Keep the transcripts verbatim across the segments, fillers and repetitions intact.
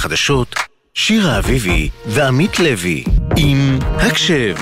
חדשות, שירה אביבי ועמית לוי עם הקשב.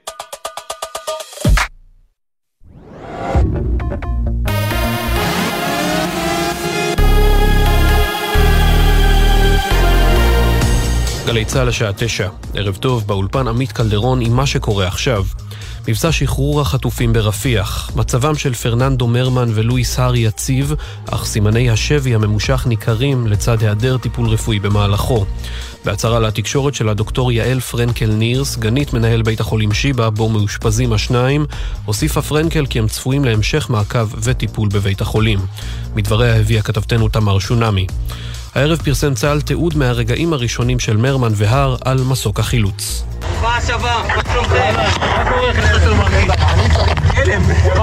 גלי צהל השעה תשע, ערב טוב, באולפן עמית קלדרון עם מה שקורה עכשיו. מבצע שחרור החטופים ברפיח. מצבם של פרננדו מרמן ולואיס הר יציב, אך סימני השבי הממושך ניכרים לצד היעדר טיפול רפואי במהלכו. בהצהרה לתקשורת של הדוקטור יעל פרנקל ניר, סגנית מנהל בית החולים שיבא, בו מאושפזים השניים, הוסיפה פרנקל כי הם צפויים להמשך מעקב וטיפול בבית החולים. מדבריה הביאה כתבתנו תמר שונמי. הערב פרסם צה"ל תיעוד מהרגעים הראשונים של מרמן והר על מסוק החילוץ. מה השווה? מה שלומכם? מה קורה? חסר מרחיק? אלם!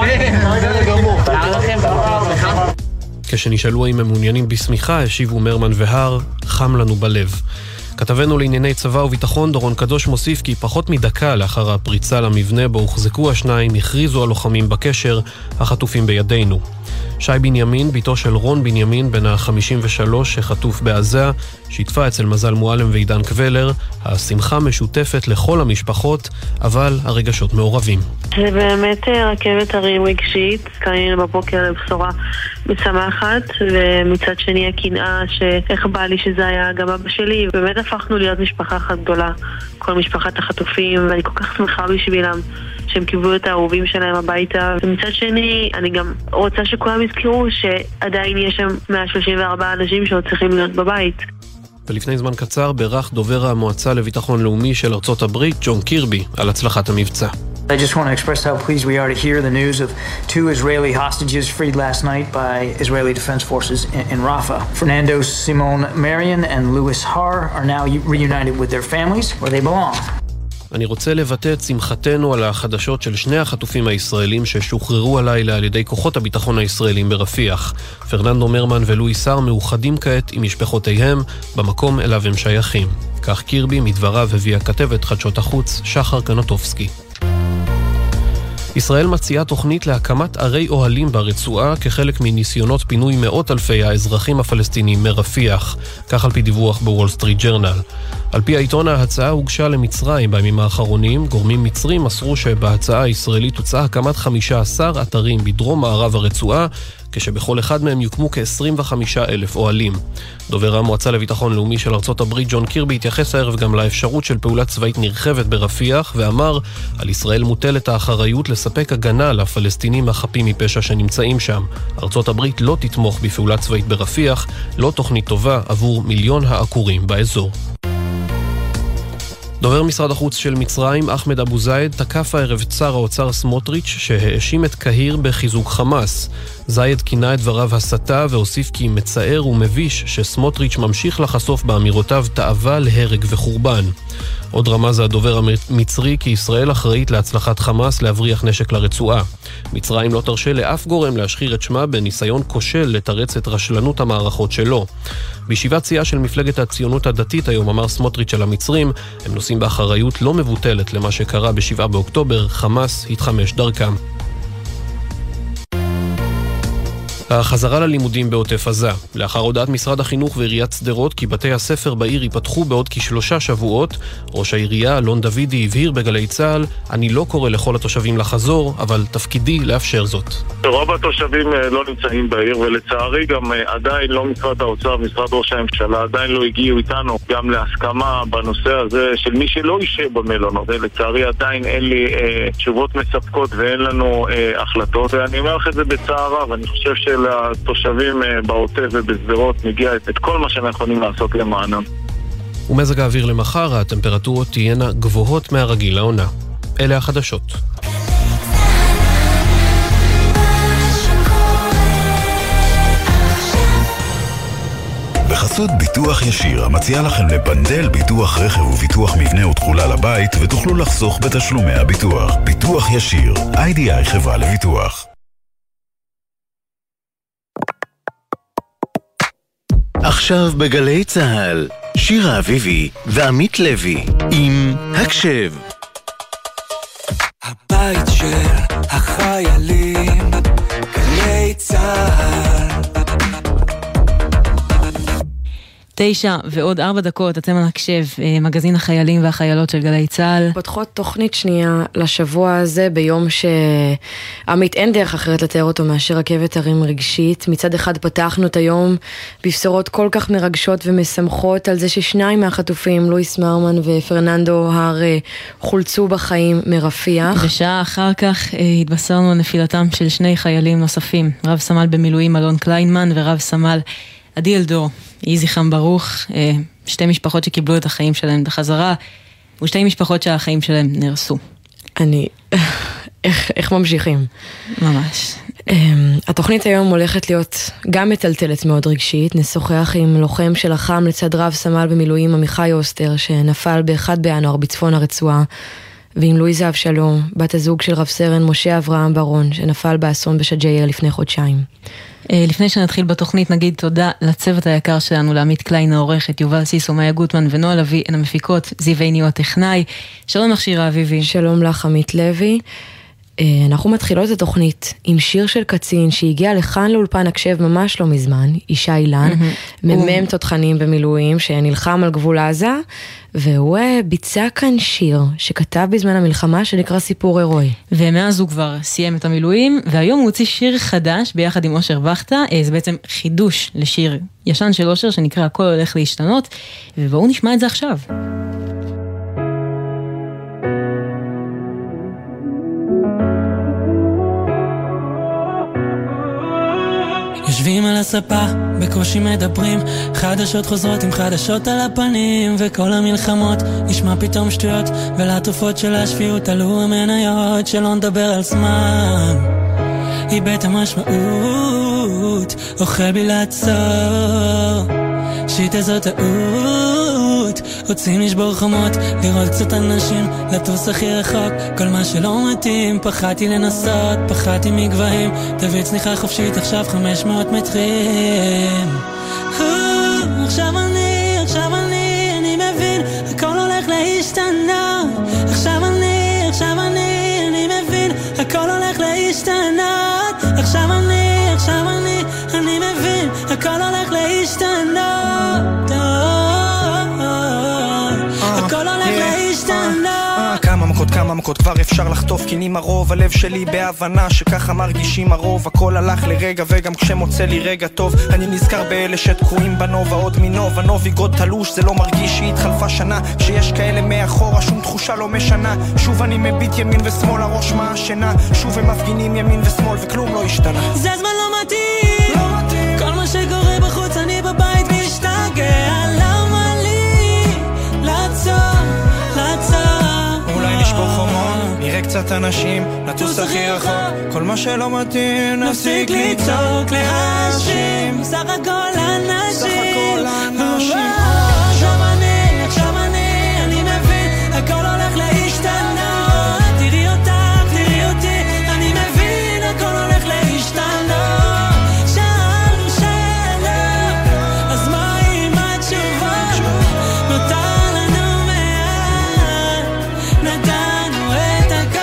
אלם! כשנשאלו אם הם מעוניינים בסמיכה, השיבו מרמן והר, חם לנו בלב. כתבנו לענייני צבא וביטחון דורון קדוש מוסיף כי פחות מדקה לאחר הפריצה למבנה בו הוחזקו השניים, הכריזו הלוחמים בקשר, החטופים בידינו. שי בנימין, ביתו של רון בנימין, בן ה-חמישים ושלוש, שחטוף בעזה, שיתפה אצל מזל מועלם ועידן קבלר. השמחה משותפת לכל המשפחות, אבל הרגשות מעורבים. זה באמת רכבת הרים רגשית, קנינו בבוקר לבשורה משמחת, ומצד שני הקנאה שאיך בא לי שזה היה גם אבא שלי. באמת הפכנו להיות משפחה אחת גדולה, כל משפחת החטופים, ואני כל כך שמחה בשבילם שהם קיבלו את האהובים שלהם הביתה. ומצד שני, אני גם רוצה שכולם יזכרו שעדיין יש שם מאה שלושים וארבעה אנשים שעוד צריכים להיות בבית. ולפני זמן קצר בירך דובר המועצה לביטחון לאומי של ארצות הברית, ג'ון קירבי, על הצלחת המבצע. I just want to express how pleased we are to hear the news of two Israeli hostages freed last night by Israeli Defense Forces in, in Rafah. Fernando Simon Marian and Louis Har are now reunited with their families where they belong. אני רוצה לבטא את שמחתנו על החדשות של שני החטופים הישראלים ששוחררו הלילה על ידי כוחות הביטחון הישראלים ברפיח. פרננדו מרמן ולואיס הר מאוחדים כעת עם משפחותיהם במקום אליו הם שייכים. כך קירבי מדבריו הביאה כתבת חדשות החוץ שחר קנטובסקי. ישראל מציעה תוכנית להקמת ערי אוהלים ברצועה כחלק מניסיונות פינוי מאות אלפי האזרחים הפלסטינים מרפיח, כך על פי דיווח בוול סטריט ג'רנל. על פי העיתון, ההצעה הוגשה למצרים בימים האחרונים. גורמים מצרים מסרו שבהצעה הישראלית הוצעה הקמת חמישה עשר אתרים בדרום מערב הרצועה, כשבכל אחד מהם יוקמו כ-עשרים וחמישה אלף אוהלים. דובר המועצה לביטחון לאומי של ארצות הברית ג'ון קירבי התייחס הערב גם לאפשרות של פעולה צבאית נרחבת ברפיח, ואמר על ישראל מוטלת האחריות לספק הגנה לפלסטינים החפים מפשע שנמצאים שם. ארצות הברית לא תתמוך בפעולה צבאית ברפיח, לא תוכנית טובה עבור מיליון העקורים באזור. דובר משרד החוץ של מצרים, אחמד אבו זייד, תקף הערב את שר האוצר סמוטריץ' שהאשים את קהיר בחיזוק חמאס. זייד כינה את דבריו הסתה והוסיף כי מצער ומביש שסמוטריץ' ממשיך לחשוף באמירותיו תאווה להרג וחורבן. עוד רמז הדובר המצרי כי ישראל אחראית להצלחת חמאס להבריח נשק לרצועה. מצרים לא תרשה לאף גורם להשחיר את שמה בניסיון כושל לתרץ את רשלנות המערכות שלו. בישיבת סיעה של מפלגת הציונות הדתית היום אמר סמוטריץ' על המצרים, הם נושאים באחריות לא מבוטלת למה שקרה בשבעה באוקטובר, חמאס התחמש דרכם. החזרה ללימודים בעוטף עזה. לאחר הודעת משרד החינוך ועיריית שדרות כי בתי הספר בעיר ייפתחו בעוד כשלושה שבועות, ראש העירייה אלון דוידי הבהיר בגלי צה"ל, אני לא קורא לכל התושבים לחזור, אבל תפקידי לאפשר זאת. רוב התושבים לא נמצאים בעיר, ולצערי גם עדיין לא משרד האוצר, משרד ראש הממשלה, עדיין לא הגיעו איתנו גם להסכמה בנושא הזה של מי שלא יישב במלונות. לצערי עדיין אין לי אה, תשובות מספקות ואין לנו אה, החלטות, ואני אומר לך את זה בצער רב. אני חושב של התושבים בעוטף ובשדרות מגיע את כל מה שאנחנו יכולים לעשות למענם. ומזג האוויר למחר, הטמפרטורות תהיינה גבוהות מהרגיל לעונה. אלה החדשות. בחסות ביטוח ישיר, המציע לכם לפנדל ביטוח רכב וביטוח מבנה ותכולה לבית, ותוכלו לחסוך בתשלומי הביטוח. ביטוח ישיר, איי די איי חברה לביטוח. עכשיו בגלי צהל, שירה אביבי ועמית לוי עם הקשב. הבית של החיילים, גלי צהל. תשע ועוד ארבע דקות, אתם על הקשב, מגזין החיילים והחיילות של גלי צה"ל. פותחות תוכנית שנייה לשבוע הזה, ביום שעמית אין דרך אחרת לתאר אותו מאשר רכבת הרים רגשית. מצד אחד פתחנו את היום בבשורות כל כך מרגשות ומשמחות על זה ששניים מהחטופים, לואיס מרמן ופרננדו הר, חולצו בחיים מרפיח. ושעה אחר כך התבשרנו על נפילתם של שני חיילים נוספים, רב סמל במילואים אלון קליינמן ורב סמל עדי אלדור. יהי זכרם ברוך, שתי משפחות שקיבלו את החיים שלהם בחזרה, ושתי משפחות שהחיים שלהם נרסו. אני... איך, איך ממשיכים? ממש. התוכנית היום הולכת להיות גם מטלטלת מאוד רגשית. נשוחח עם לוחם של החם לצד רב סמל במילואים עמיחי אוסטר, שנפל באחד בינואר בצפון הרצועה, ועם לואיזה אבשלום, בת הזוג של רב סרן משה אברהם ברון, שנפל באסון בשג'אעיה לפני חודשיים. לפני שנתחיל בתוכנית נגיד תודה לצוות היקר שלנו, לעמית קליין העורכת, יובל סיסו, מאיה גוטמן ונועה לוי, הן המפיקות, זיווי ניו הטכנאי. שלום לך שירה אביבי. שלום לך עמית לוי. אנחנו מתחילות את התוכנית עם שיר של קצין שהגיע לכאן לאולפן הקשב ממש לא מזמן, אישה אילן, ממם תותחנים במילואים שנלחם על גבול עזה, והוא ביצע כאן שיר שכתב בזמן המלחמה שנקרא סיפור הירואי. ומאז הוא כבר סיים את המילואים, והיום הוא הוציא שיר חדש ביחד עם אושר וכתה. זה בעצם חידוש לשיר ישן של אושר שנקרא הכל הולך להשתנות, ובואו נשמע את זה עכשיו. יושבים על הספה, בקושי מדברים, חדשות חוזרות עם חדשות על הפנים, וכל המלחמות נשמע פתאום שטויות, ולתופות של השפיות עלו המניות, שלא נדבר על זמן איבד המשמעות, אוכל בי לעצור, שיטה זאת טעות, רוצים לשבור חומות, לראות קצת אנשים, לטוס הכי רחוק, כל מה שלא מתאים, פחדתי לנסות, פחדתי מגבהים, תביא צניחה חופשית, עכשיו חמש מאות מטרים. עכשיו אני, עכשיו אני, אני מבין, הכל הולך להשתנות, עכשיו אני, עכשיו אני, אני מבין, הכל הולך להשתנות, עכשיו אני, עכשיו אני, אני מבין, הכל הולך להשתנות, הכל הולך להשתנות. כמה מכות, כמה מכות כבר אפשר לחטוף, כי נימה רוב הלב שלי בהבנה שככה מרגישים הרוב, הכל הלך לרגע וגם כשמוצא לי רגע טוב, אני נזכר באלה שתקועים בנובה עוד מנובה, נובי גוד תלוש, זה לא מרגיש שהתחלפה שנה, שיש כאלה מאחורה שום תחושה לא משנה, שוב אני מביט ימין ושמאל, הראש מהשינה, שוב הם מפגינים ימין ושמאל וכלום לא השתנה. זה הזמן לא מתאים, לא מתאים, כל מה שקורה בחוץ אני בבית משתגע, למה לי לעצור, לעצור, אולי נשבור חומות, נראה קצת אנשים, נטוס הכי רחוק, כל מה שלא מתאים נפסיק לצעוק, להאשים, סך הכל אנשים, סך הכל אנשים. עכשיו אני, עכשיו אני, אני מבין, הכל הולך להשתנות, תראי אותך, תראי אותי, אני מבין, הכל הולך להשתנות, שאלנו שאלות, אז מה עם התשובות? נותר לנו מעט, נתנו את הכל.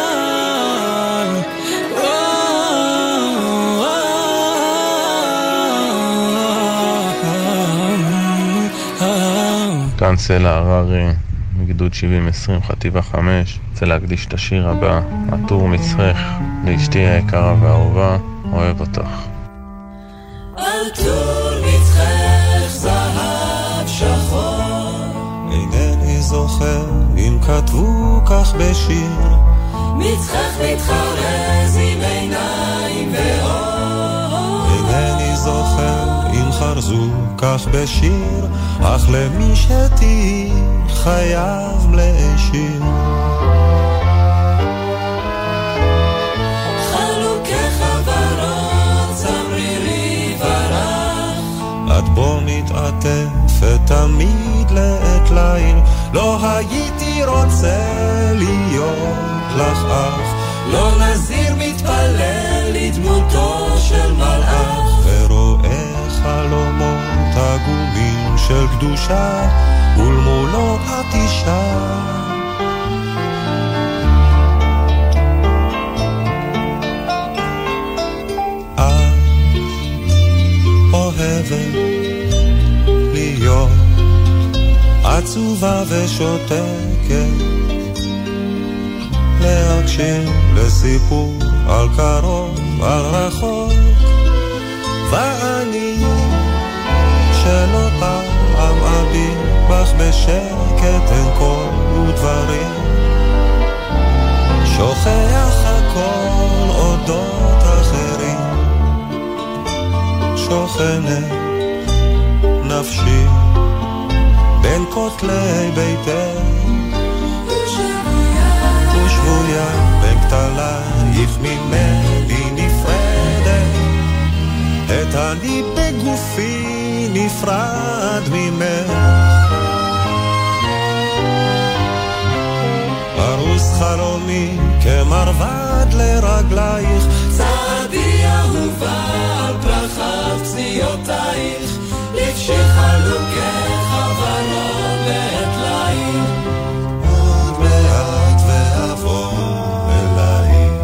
כאן סלע הררי מגדוד שבעים עשרים חטיבה חמש, רוצה להקדיש את השיר הבא, עטור מצחך, לאשתי היקרה והאהובה, אוהב אותך. עטור מצחך זהב שחור, אינני זוכר אם כתבו כך בשיר, מצחך מתחרז עם עיניים ואור, אינני זוכר אם חרזו כך בשיר, אך למי שתי חייב להשאיר. חלוקי חברות צמרירי ורח, את בו מתעטפת תמיד לעת ליל, לא הייתי רוצה להיות לך אח, לא נזיר מתפלל לדמותו של מלאך, ורואה חלומות עגומים של קדושה, ולמולו את אישה. את אוהבת להיות עצובה ושותקת, להקשיב לסיפור על קרוב, על רחוק, ואני שלא פעם אביט בך בשקט אין כל ודברים, שוכח הכל אודות אחרים, שוכנת נפשי בין כותלי ביתך, ושבויה בין כתלייך ממני נפרדת, את אני בגופי נפרד ממך, ארוס חלומי כמרבד לרגלייך, צעדי אהובה על פרחת פציעותייך, לבשי חלוקך ורוד לעת ליל, עוד מעט ואבוא אלייך.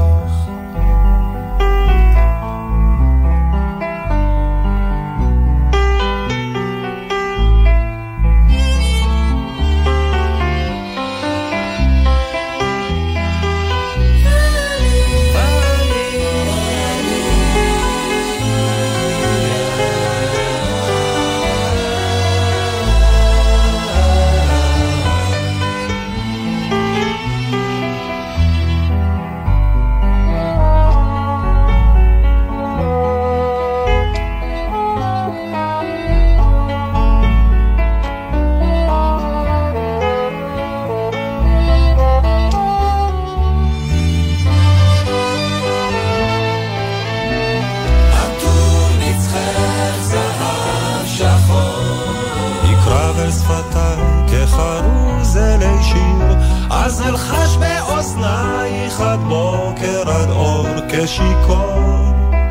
אז אלחש באוזנייך עד בוקר עד אור כשיקור,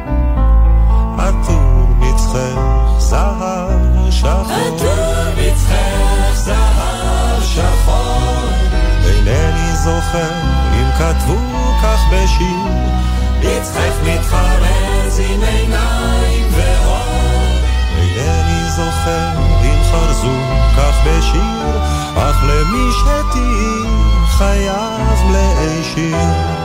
עטור מצחך זהב שחור, עטור מצחך זהב שחור, אינני זוכר אם כתבו כך בשיר, מצחך מתחרז עם עיניים ואור, אינני זוכר אם חרזו כך בשיר, אך למי שתהי חייב להישיר.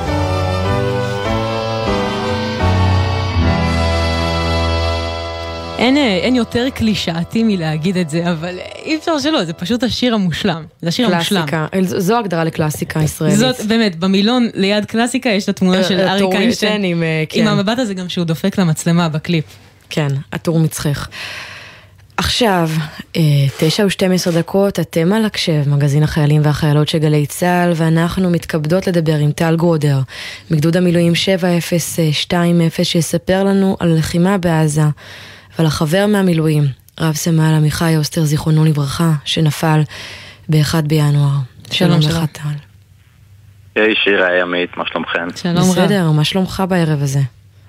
אין, אין יותר קלישאתי מלהגיד את זה, אבל אי אפשר שלא, זה פשוט השיר המושלם. זה השיר קלאסיקה, המושלם. זו הגדרה לקלאסיקה ישראלית. זאת, באמת, במילון ליד קלאסיקה יש את התמונה של אריק איינשטיין, עם, עם המבט הזה גם שהוא דופק למצלמה בקליפ. כן, עטור מצחך. עכשיו, תשע ושתים עשרה דקות, אתם על הקשב, מגזין החיילים והחיילות של גלי צה"ל, ואנחנו מתכבדות לדבר עם טל גרודר, מגדוד המילואים שבע אפס שתיים אפס, שיספר לנו על לחימה בעזה, ועל החבר מהמילואים, רב סמל עמיחי אוסטר, זיכרונו לברכה, שנפל ב-אחד בינואר. שלום לך טל. היי שירה, ימית, מה שלומכם? שלום רב. בסדר, מה שלומך בערב הזה?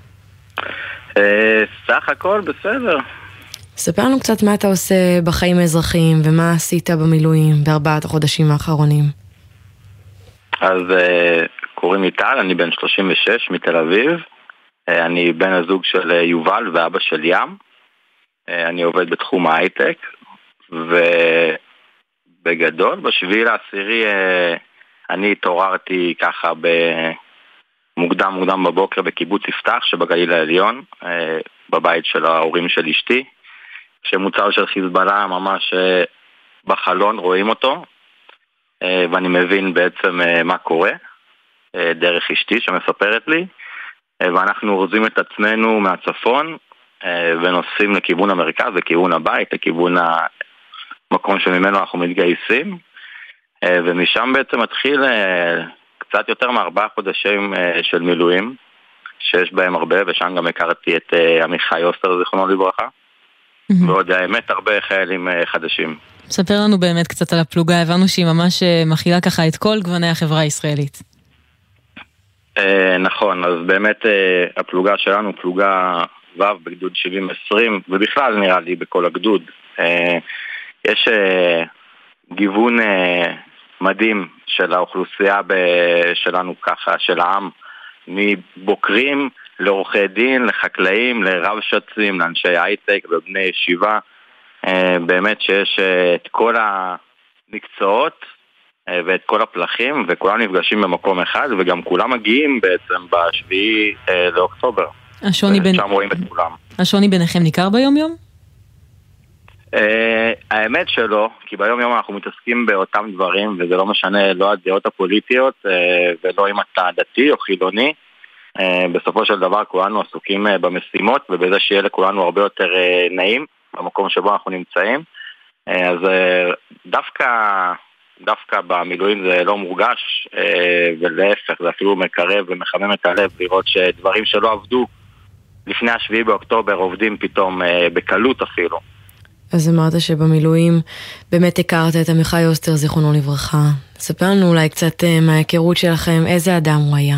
סך הכל בסדר. ספר לנו קצת מה אתה עושה בחיים האזרחיים ומה עשית במילואים בארבעת החודשים האחרונים. אז קוראים לי טל, אני בן שלושים ושש מתל אביב, אני בן הזוג של יובל ואבא של ים, אני עובד בתחום ההייטק, ובגדול בשביל העשירי אני התעוררתי ככה במוקדם מוקדם בבוקר בקיבוץ יפתח שבגליל העליון, בבית של ההורים של אשתי, שמוצר של חיזבאללה ממש בחלון רואים אותו, ואני מבין בעצם מה קורה דרך אשתי שמספרת לי, ואנחנו רוזים את עצמנו מהצפון ונוסעים לכיוון המרכז, לכיוון הבית, לכיוון המקום שממנו אנחנו מתגייסים, ומשם בעצם מתחיל קצת יותר מארבעה חודשים של מילואים שיש בהם הרבה, ושם גם הכרתי את עמיחי אוסטר, זיכרונו לברכה, ועוד האמת הרבה חיילים חדשים. ספר לנו באמת קצת על הפלוגה, הבנו שהיא ממש מכילה ככה את כל גווני החברה הישראלית. נכון, אז באמת הפלוגה שלנו פלוגה ו' בגדוד שבעים עשרים, ובכלל נראה לי בכל הגדוד. יש גיוון מדהים של האוכלוסייה שלנו ככה, של העם, מבוקרים לעורכי דין, לחקלאים, לרב שצים, לאנשי הייטק ובני ישיבה. באמת שיש את כל המקצועות ואת כל הפלחים, וכולם נפגשים במקום אחד, וגם כולם מגיעים בעצם בשביעי לאוקטובר. השוני בין... שם רואים את כולם. השוני ביניכם ניכר ביום יום? Uh, האמת שלא, כי ביום יום אנחנו מתעסקים באותם דברים, וזה לא משנה לא הדעות הפוליטיות, uh, ולא אם אתה דתי או חילוני. Uh, בסופו של דבר כולנו עסוקים uh, במשימות, ובזה שיהיה לכולנו הרבה יותר uh, נעים במקום שבו אנחנו נמצאים. Uh, אז uh, דווקא, דווקא במילואים זה לא מורגש, uh, ולהפך, זה אפילו מקרב ומחמם את הלב לראות שדברים שלא עבדו לפני השביעי באוקטובר עובדים פתאום uh, בקלות אפילו. אז אמרת שבמילואים באמת הכרת את עמיחי אוסטר, זיכרונו לברכה. ספר לנו אולי קצת מההיכרות שלכם, איזה אדם הוא היה?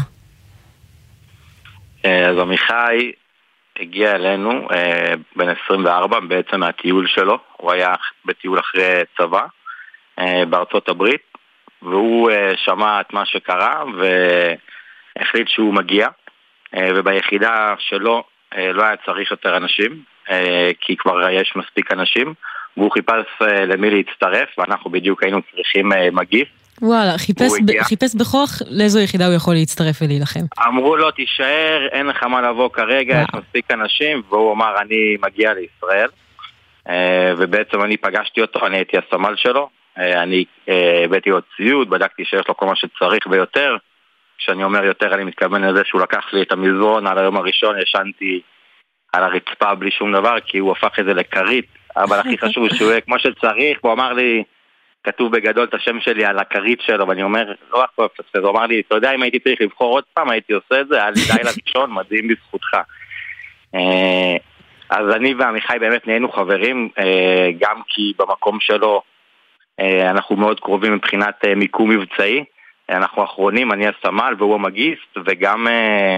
אז עמיחי הגיע אלינו בן עשרים וארבע, בעצם מהטיול שלו. הוא היה בטיול אחרי צבא בארצות הברית, והוא שמע את מה שקרה והחליט שהוא מגיע, וביחידה שלו לא היה צריך יותר אנשים, כי כבר יש מספיק אנשים, והוא חיפש למי להצטרף, ואנחנו בדיוק היינו צריכים מגיף. וואלה, חיפש, ב- חיפש בכוח לאיזו יחידה הוא יכול להצטרף ולהילחם. אמרו לו, תישאר, אין לך מה לבוא כרגע, יש מספיק אנשים, והוא אמר, אני מגיע לישראל, ובעצם אני פגשתי אותו, אני הייתי הסמל שלו, אני הבאתי לו ציוד, בדקתי שיש לו כל מה שצריך ויותר, כשאני אומר יותר אני מתכוון לזה שהוא לקח לי את המזרון על היום הראשון, ישנתי על הרצפה בלי שום דבר, כי הוא הפך את זה לקרית, אבל הכי חשוב שהוא יהיה כמו שצריך, הוא אמר לי, כתוב בגדול את השם שלי על הקרית שלו, ואני אומר, לא רק פה, הוא אמר לי, אתה יודע אם הייתי צריך לבחור עוד פעם, הייתי עושה את זה, היה לי לילה ראשון, מדהים בזכותך. אז אני ועמיחי באמת נהיינו חברים, גם כי במקום שלו אנחנו מאוד קרובים מבחינת מיקום מבצעי, אנחנו האחרונים, אני הסמל והוא המגיסט, וגם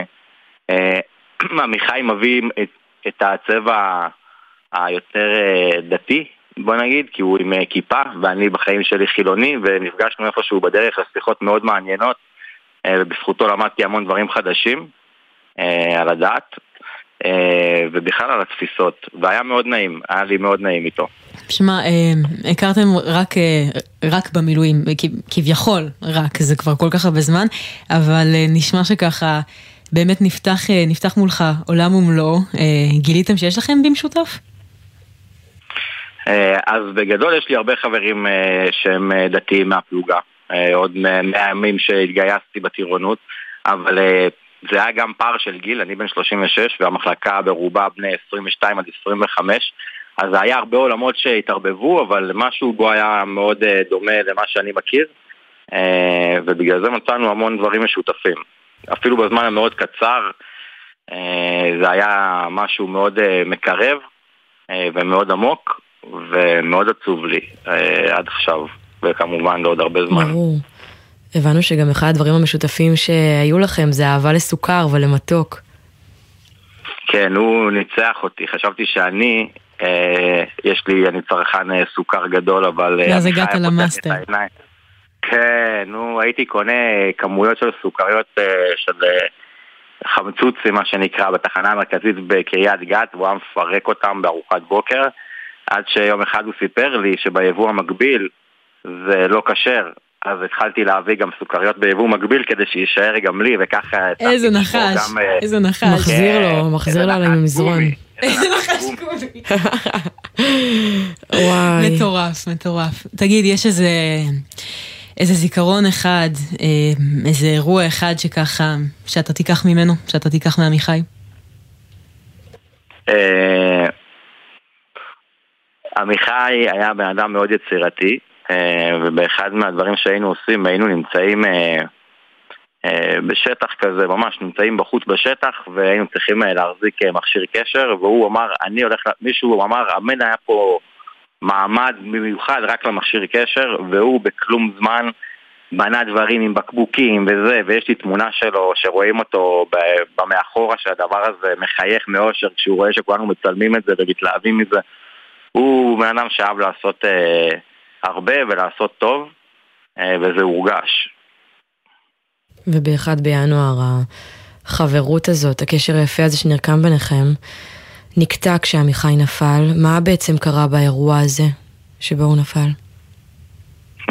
עמיחי מביא את, את הצבע היותר דתי, בוא נגיד, כי הוא עם כיפה, ואני בחיים שלי חילוני, ונפגשנו איפשהו בדרך לשיחות מאוד מעניינות, ובזכותו למדתי המון דברים חדשים על הדת, ובכלל על התפיסות, והיה מאוד נעים, היה לי מאוד נעים איתו. שמע, הכרתם רק, רק במילואים, כביכול רק, זה כבר כל כך הרבה זמן, אבל נשמע שככה באמת נפתח, נפתח מולך עולם ומלואו, גיליתם שיש לכם במשותף? אז בגדול יש לי הרבה חברים שהם דתיים מהפלוגה, עוד מהימים שהתגייסתי בטירונות, אבל זה היה גם פער של גיל, אני בן שלושים ושש והמחלקה ברובה בני עשרים ושתיים עד עשרים וחמש, אז זה היה הרבה עולמות שהתערבבו, אבל משהו בו היה מאוד דומה למה שאני מכיר, ובגלל זה מצאנו המון דברים משותפים. אפילו בזמן המאוד קצר, זה היה משהו מאוד מקרב ומאוד עמוק, ומאוד עצוב לי עד עכשיו, וכמובן לעוד הרבה זמן. ברור. הבנו שגם אחד הדברים המשותפים שהיו לכם זה אהבה לסוכר ולמתוק. כן, הוא ניצח אותי. חשבתי שאני, אה, יש לי, אני צרכן אה, סוכר גדול, אבל... אז הגעת למאסטר. כן, נו, הייתי קונה כמויות של סוכריות אה, של אה, חמצוצי, מה שנקרא, בתחנה המרכזית בקריית גת, והוא היה מפרק אותם בארוחת בוקר, עד שיום אחד הוא סיפר לי שביבוא המקביל זה לא כשר. אז התחלתי להביא גם סוכריות ביבוא מקביל כדי שישאר גם לי, וככה... איזה נחש, איזה נחש. מחזיר לו, מחזיר לו עלינו מזרון. איזה נחש קובי. וואי. מטורף, מטורף. תגיד, יש איזה... איזה זיכרון אחד, איזה אירוע אחד שככה, שאתה תיקח ממנו, שאתה תיקח מעמיחי? עמיחי היה בן אדם מאוד יצירתי, ובאחד מהדברים שהיינו עושים, היינו נמצאים בשטח כזה, ממש נמצאים בחוץ בשטח, והיינו צריכים להחזיק מכשיר קשר, והוא אמר, אני הולך, מישהו אמר, אמן היה פה מעמד במיוחד רק למכשיר קשר, והוא בכלום זמן בנה דברים עם בקבוקים וזה, ויש לי תמונה שלו שרואים אותו במאחורה, שהדבר הזה מחייך מאושר, כשהוא רואה שכולנו מצלמים את זה ומתלהבים מזה. הוא בן אדם שאהב לעשות אה, הרבה ולעשות טוב, אה, וזה הורגש. ובאחד בינואר החברות הזאת, הקשר היפה הזה שנרקם ביניכם, נקטע כשעמיחי נפל. מה בעצם קרה באירוע הזה שבו הוא נפל?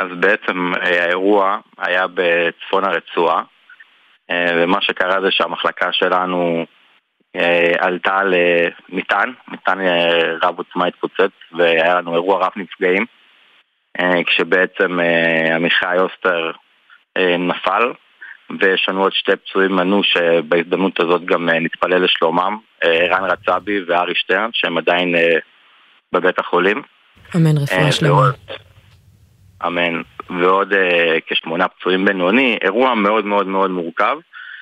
אז בעצם האירוע היה בצפון הרצועה, ומה שקרה זה שהמחלקה שלנו עלתה למטען, מטען רב עוצמה התפוצץ, והיה לנו אירוע רב נפגעים, כשבעצם עמיחי אוסטר נפל, ויש לנו עוד שתי פצועים מנו שבהזדמנות הזאת גם נתפלל לשלומם, ערן רצבי וארי שטרן, שהם עדיין בבית החולים. אמן, רפואה שלמה. אמן. ועוד כשמונה פצועים בינוני, אירוע מאוד מאוד מאוד מורכב,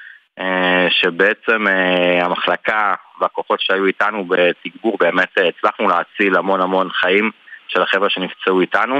שבעצם המחלקה והכוחות שהיו איתנו בתגבור באמת הצלחנו להציל המון המון חיים של החבר'ה שנפצעו איתנו,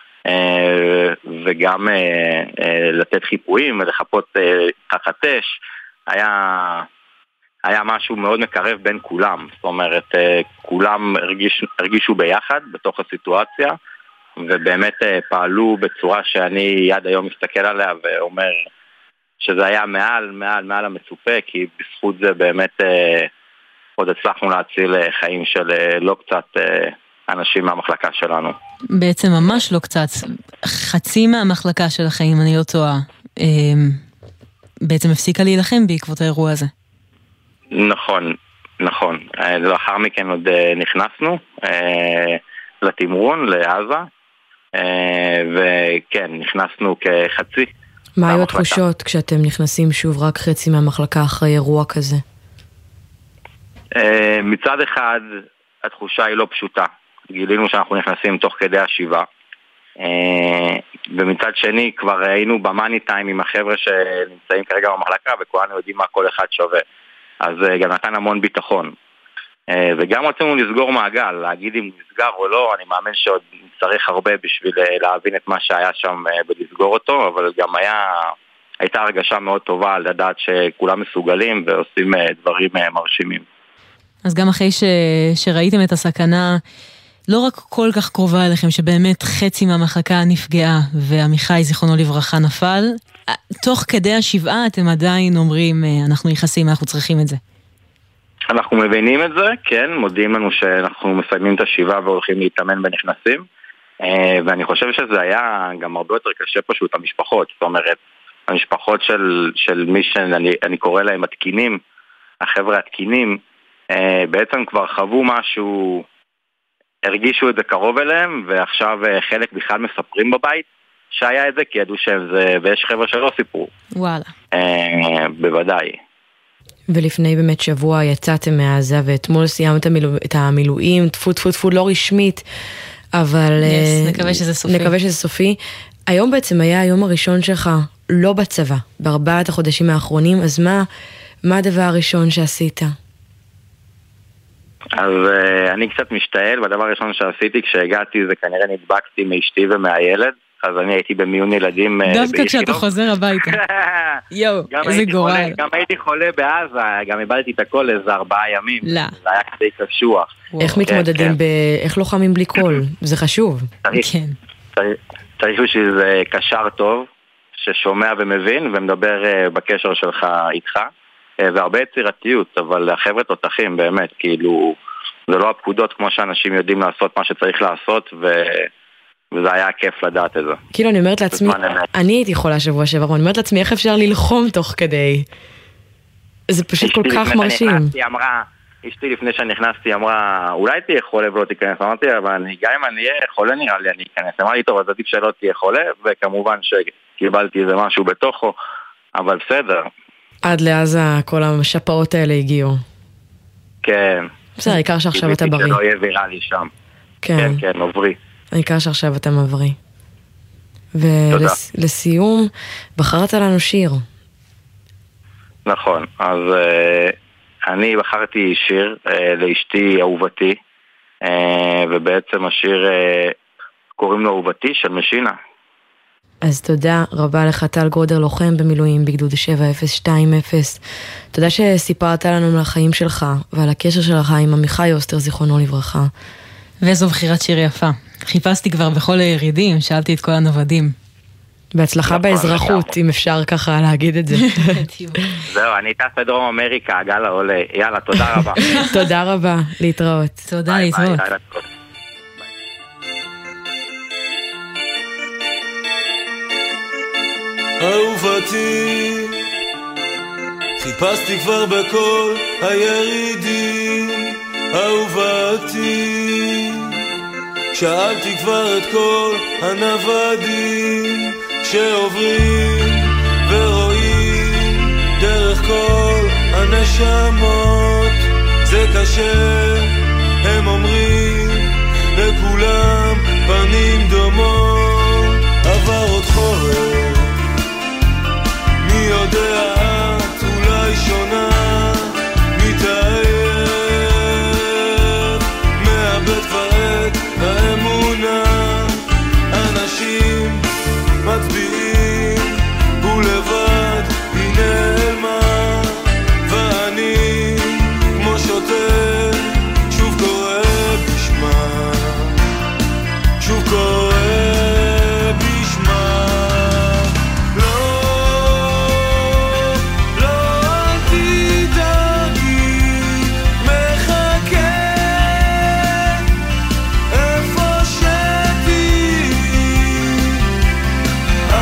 וגם לתת חיפויים ולחפות תחת אש. היה, היה משהו מאוד מקרב בין כולם, זאת אומרת כולם הרגיש, הרגישו ביחד בתוך הסיטואציה, ובאמת פעלו בצורה שאני עד היום מסתכל עליה ואומר שזה היה מעל, מעל, מעל המצופה, כי בזכות זה באמת עוד הצלחנו להציל חיים של לא קצת אנשים מהמחלקה שלנו. בעצם ממש לא קצת, חצי מהמחלקה של החיים, אני לא טועה, בעצם הפסיקה להילחם בעקבות האירוע הזה. נכון, נכון. לאחר מכן עוד נכנסנו לתמרון, לעזה, וכן, נכנסנו כחצי. מה היו התחושות כשאתם נכנסים שוב רק חצי מהמחלקה אחרי אירוע כזה? מצד אחד, התחושה היא לא פשוטה. גילינו שאנחנו נכנסים תוך כדי השיבה. ומצד שני, כבר היינו במאני טיים עם החבר'ה שנמצאים כרגע במחלקה, וכולנו יודעים מה כל אחד שווה. אז גם נתן המון ביטחון. וגם רצינו לסגור מעגל, להגיד אם נסגר או לא, אני מאמין שעוד נצטרך הרבה בשביל להבין את מה שהיה שם ולסגור אותו, אבל גם היה, הייתה הרגשה מאוד טובה לדעת שכולם מסוגלים ועושים דברים מרשימים. אז גם אחרי ש... שראיתם את הסכנה, לא רק כל כך קרובה אליכם, שבאמת חצי מהמחלקה נפגעה, ועמיחי זיכרונו לברכה נפל, תוך כדי השבעה אתם עדיין אומרים, אנחנו נכנסים, אנחנו צריכים את זה. אנחנו מבינים את זה, כן, מודיעים לנו שאנחנו מסיימים את השבעה והולכים להתאמן ונכנסים, ואני חושב שזה היה גם הרבה יותר קשה פשוט המשפחות, זאת אומרת, המשפחות של, של מי שאני אני קורא להם התקינים, החבר'ה התקינים, בעצם כבר חוו משהו, הרגישו את זה קרוב אליהם, ועכשיו חלק בכלל מספרים בבית שהיה את זה, כי ידעו שזה, ויש חבר'ה שלא סיפרו. וואלה. בוודאי. ולפני באמת שבוע יצאתם מעזה, ואתמול סיימת את המילואים, תפו תפו תפו לא רשמית, אבל yes, נקווה שזה סופי. נקווה שזה סופי. היום בעצם היה היום הראשון שלך לא בצבא, בארבעת החודשים האחרונים, אז מה, מה הדבר הראשון שעשית? אז uh, אני קצת משתעל, והדבר הראשון שעשיתי כשהגעתי זה כנראה נדבקתי מאשתי ומהילד, אז אני הייתי במיון ילדים באיכילוב. דווקא כשאתה חוזר הביתה. יואו, איזה גורל. גם הייתי חולה בעזה, גם איבדתי את הכל איזה ארבעה ימים. לא. זה היה כדי קשוח. איך מתמודדים, איך לוחמים בלי קול? זה חשוב. צריך שזה קשר טוב, ששומע ומבין ומדבר בקשר שלך איתך. והרבה יצירתיות, אבל החבר'ה תותחים באמת, כאילו, זה לא הפקודות כמו שאנשים יודעים לעשות מה שצריך לעשות, ו... וזה היה כיף לדעת את זה. כאילו, אני אומרת לעצמי, אני הייתי חולה שבוע שבוע, אני אומרת לעצמי, איך אפשר ללחום תוך כדי? זה פשוט כל כך מרשים. אמרה, אשתי לפני שנכנסתי אמרה, אולי תהיה חולה ולא תיכנס, אמרתי, אבל אני, גם אם אני אהיה חולה נראה לי, אני אכנס. אמרה לי, טוב, אז עדיף שלא תהיה חולה, וכמובן שקיבלתי איזה משהו בתוכו, אבל בסדר. עד לעזה כל השפעות האלה הגיעו. כן. בסדר, העיקר שעכשיו אתה בריא. שלא יהיה ויראלי שם. כן. כן, כן, עוברי. העיקר שעכשיו אתה מבריא. ולסיום, בחרת לנו שיר. נכון, אז uh, אני בחרתי שיר uh, לאשתי אהובתי, uh, ובעצם השיר uh, קוראים לו אהובתי של משינה. אז תודה רבה לך טל גרודר, לוחם במילואים בגדוד שבע אפס שתיים אפס. תודה שסיפרת לנו על החיים שלך ועל הקשר שלך עם עמיחי אוסטר זיכרונו לברכה. ואיזו בחירת שיר יפה. חיפשתי כבר בכל הירידים, שאלתי את כל הנוודים. בהצלחה באזרחות, אם אפשר ככה להגיד את זה. זהו, אני טס לדרום אמריקה, הגל העולה. יאללה, תודה רבה. תודה רבה, להתראות. תודה, להתראות. אהובתי, חיפשתי כבר בכל הירידים, אהובתי, שאלתי כבר את כל הנוודים שעוברים ורואים דרך כל הנשמות. זה קשה, הם אומרים, לכולם פנים דומות. עבר עוד חורף, מי יודע, את אולי שונה, מתאהב, מאבד כבר את האמונה. אנשים מצביעים ולבד היא נעלמה, ואני כמו שוטר שוב קורא בשמה, שוב קורא בשמה. לא, לא אל תדאגי, מחכה איפה שתהיי. את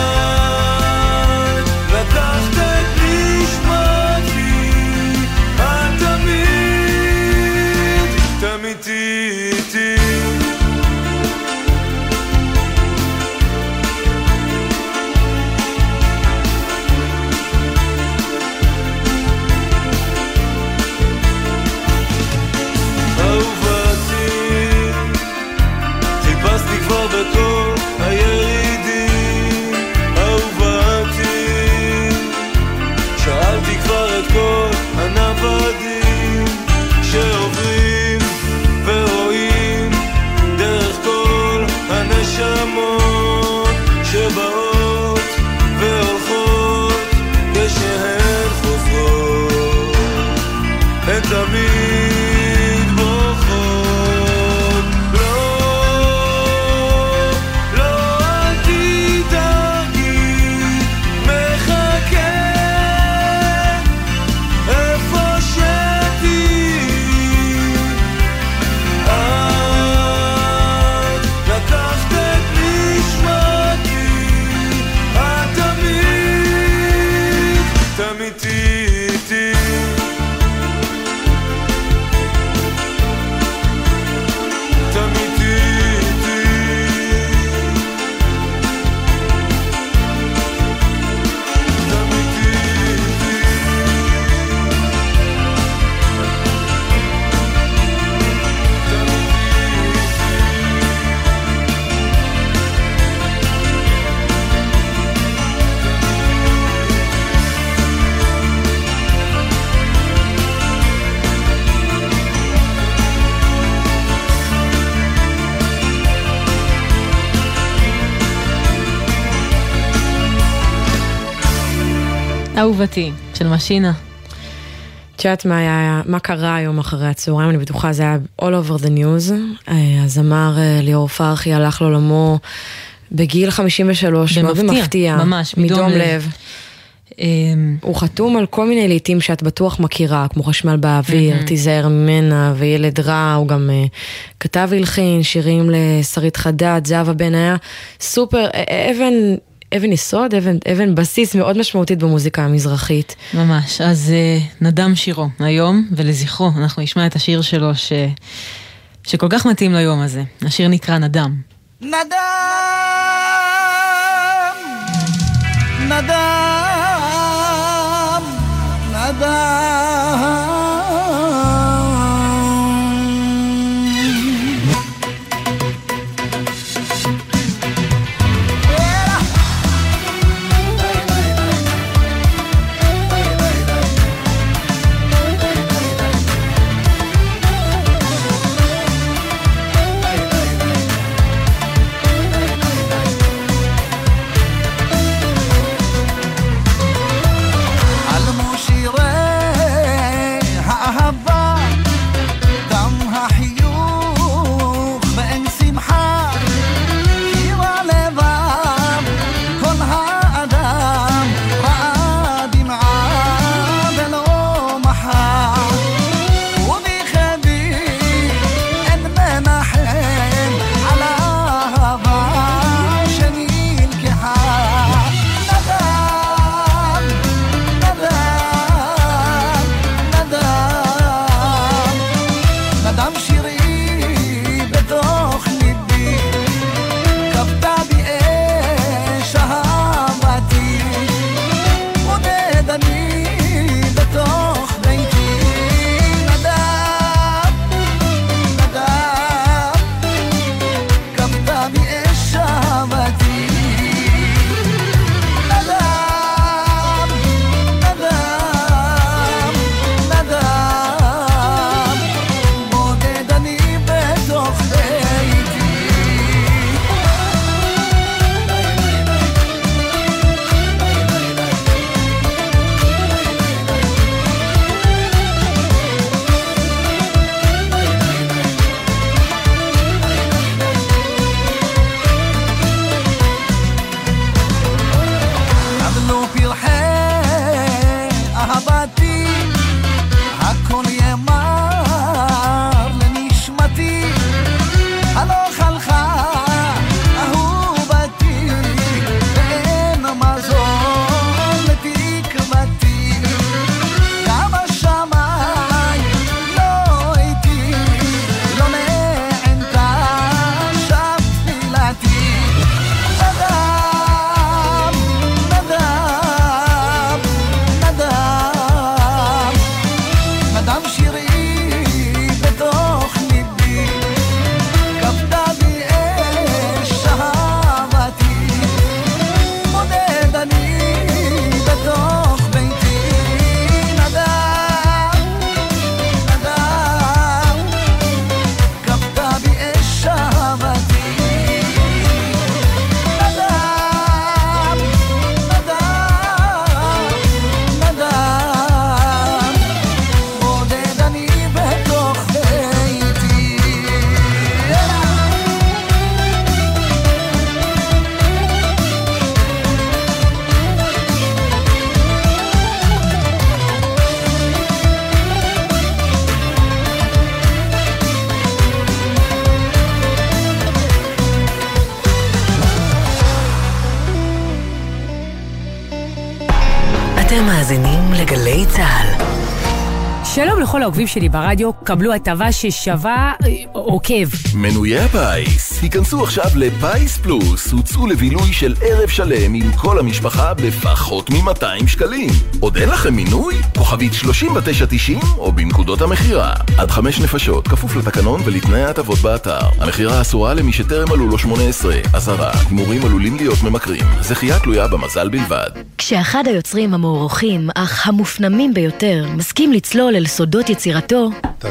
לקחת את נשמתי, את תמיד, תמיד תהיי איתי. אהובתי, חיפשתי כבר בכל הירידים, אהובתי, שאלתי כבר את כל הנוודים שעוברים ורואים דרך כל הנשמות שבאות והולכות כשהן חוזרות, הן תמיד בוכות. לא, לא אל תדאגי, מחכה איפה שתהיי. את לקחת את נשמתי, את תמיד, תמיד תהיי איתי. תמיד תהיי איתי. תמיד תהיי איתי. אהובתי, של משינה. את יודעת מה היה, מה קרה היום אחרי הצהריים, אני בטוחה, זה היה all over the news. הזמר ליאור פרחי הלך לעולמו בגיל חמישים ושלוש, מאוד מפתיע, ממש, מדום לב. הוא חתום על כל מיני לעיתים שאת בטוח מכירה, כמו חשמל באוויר, תיזהר ממנה וילד רע. הוא גם כתב והלחין שירים לשרית חדד, זהבה בן, היה סופר, אבן אבן יסוד, אבן, אבן בסיס מאוד משמעותית במוזיקה המזרחית. ממש, אז uh, נדם שירו היום, ולזכרו אנחנו נשמע את השיר שלו ש... שכל כך מתאים ליום הזה. השיר נקרא נדם. נדם, נדם, נדם. אתם מאזינים לגלי צהל. שלום לכל העוקבים שלי ברדיו, קבלו הטבה ששווה עוקב. מנויי הפיס, היכנסו עכשיו לפייס פלוס, הוצאו לבילוי של ערב שלם עם כל המשפחה בפחות מ-מאתיים שקלים. עוד אין לכם מינוי? כוכבית שלושים ותשע תשעים או בנקודות המחירה. עד חמש נפשות, כפוף לתקנון ולתנאי ההטבות באתר. המחירה אסורה למי שטרם מלאו לו שמונה עשרה. אזהרה, הימורים עלולים להיות ממכרים. זכייה תלויה במזל בלבד. כשאחד היוצרים המוערוכים, אך המופנמים ביותר, מסכים לצלול אל סודות יצירתו,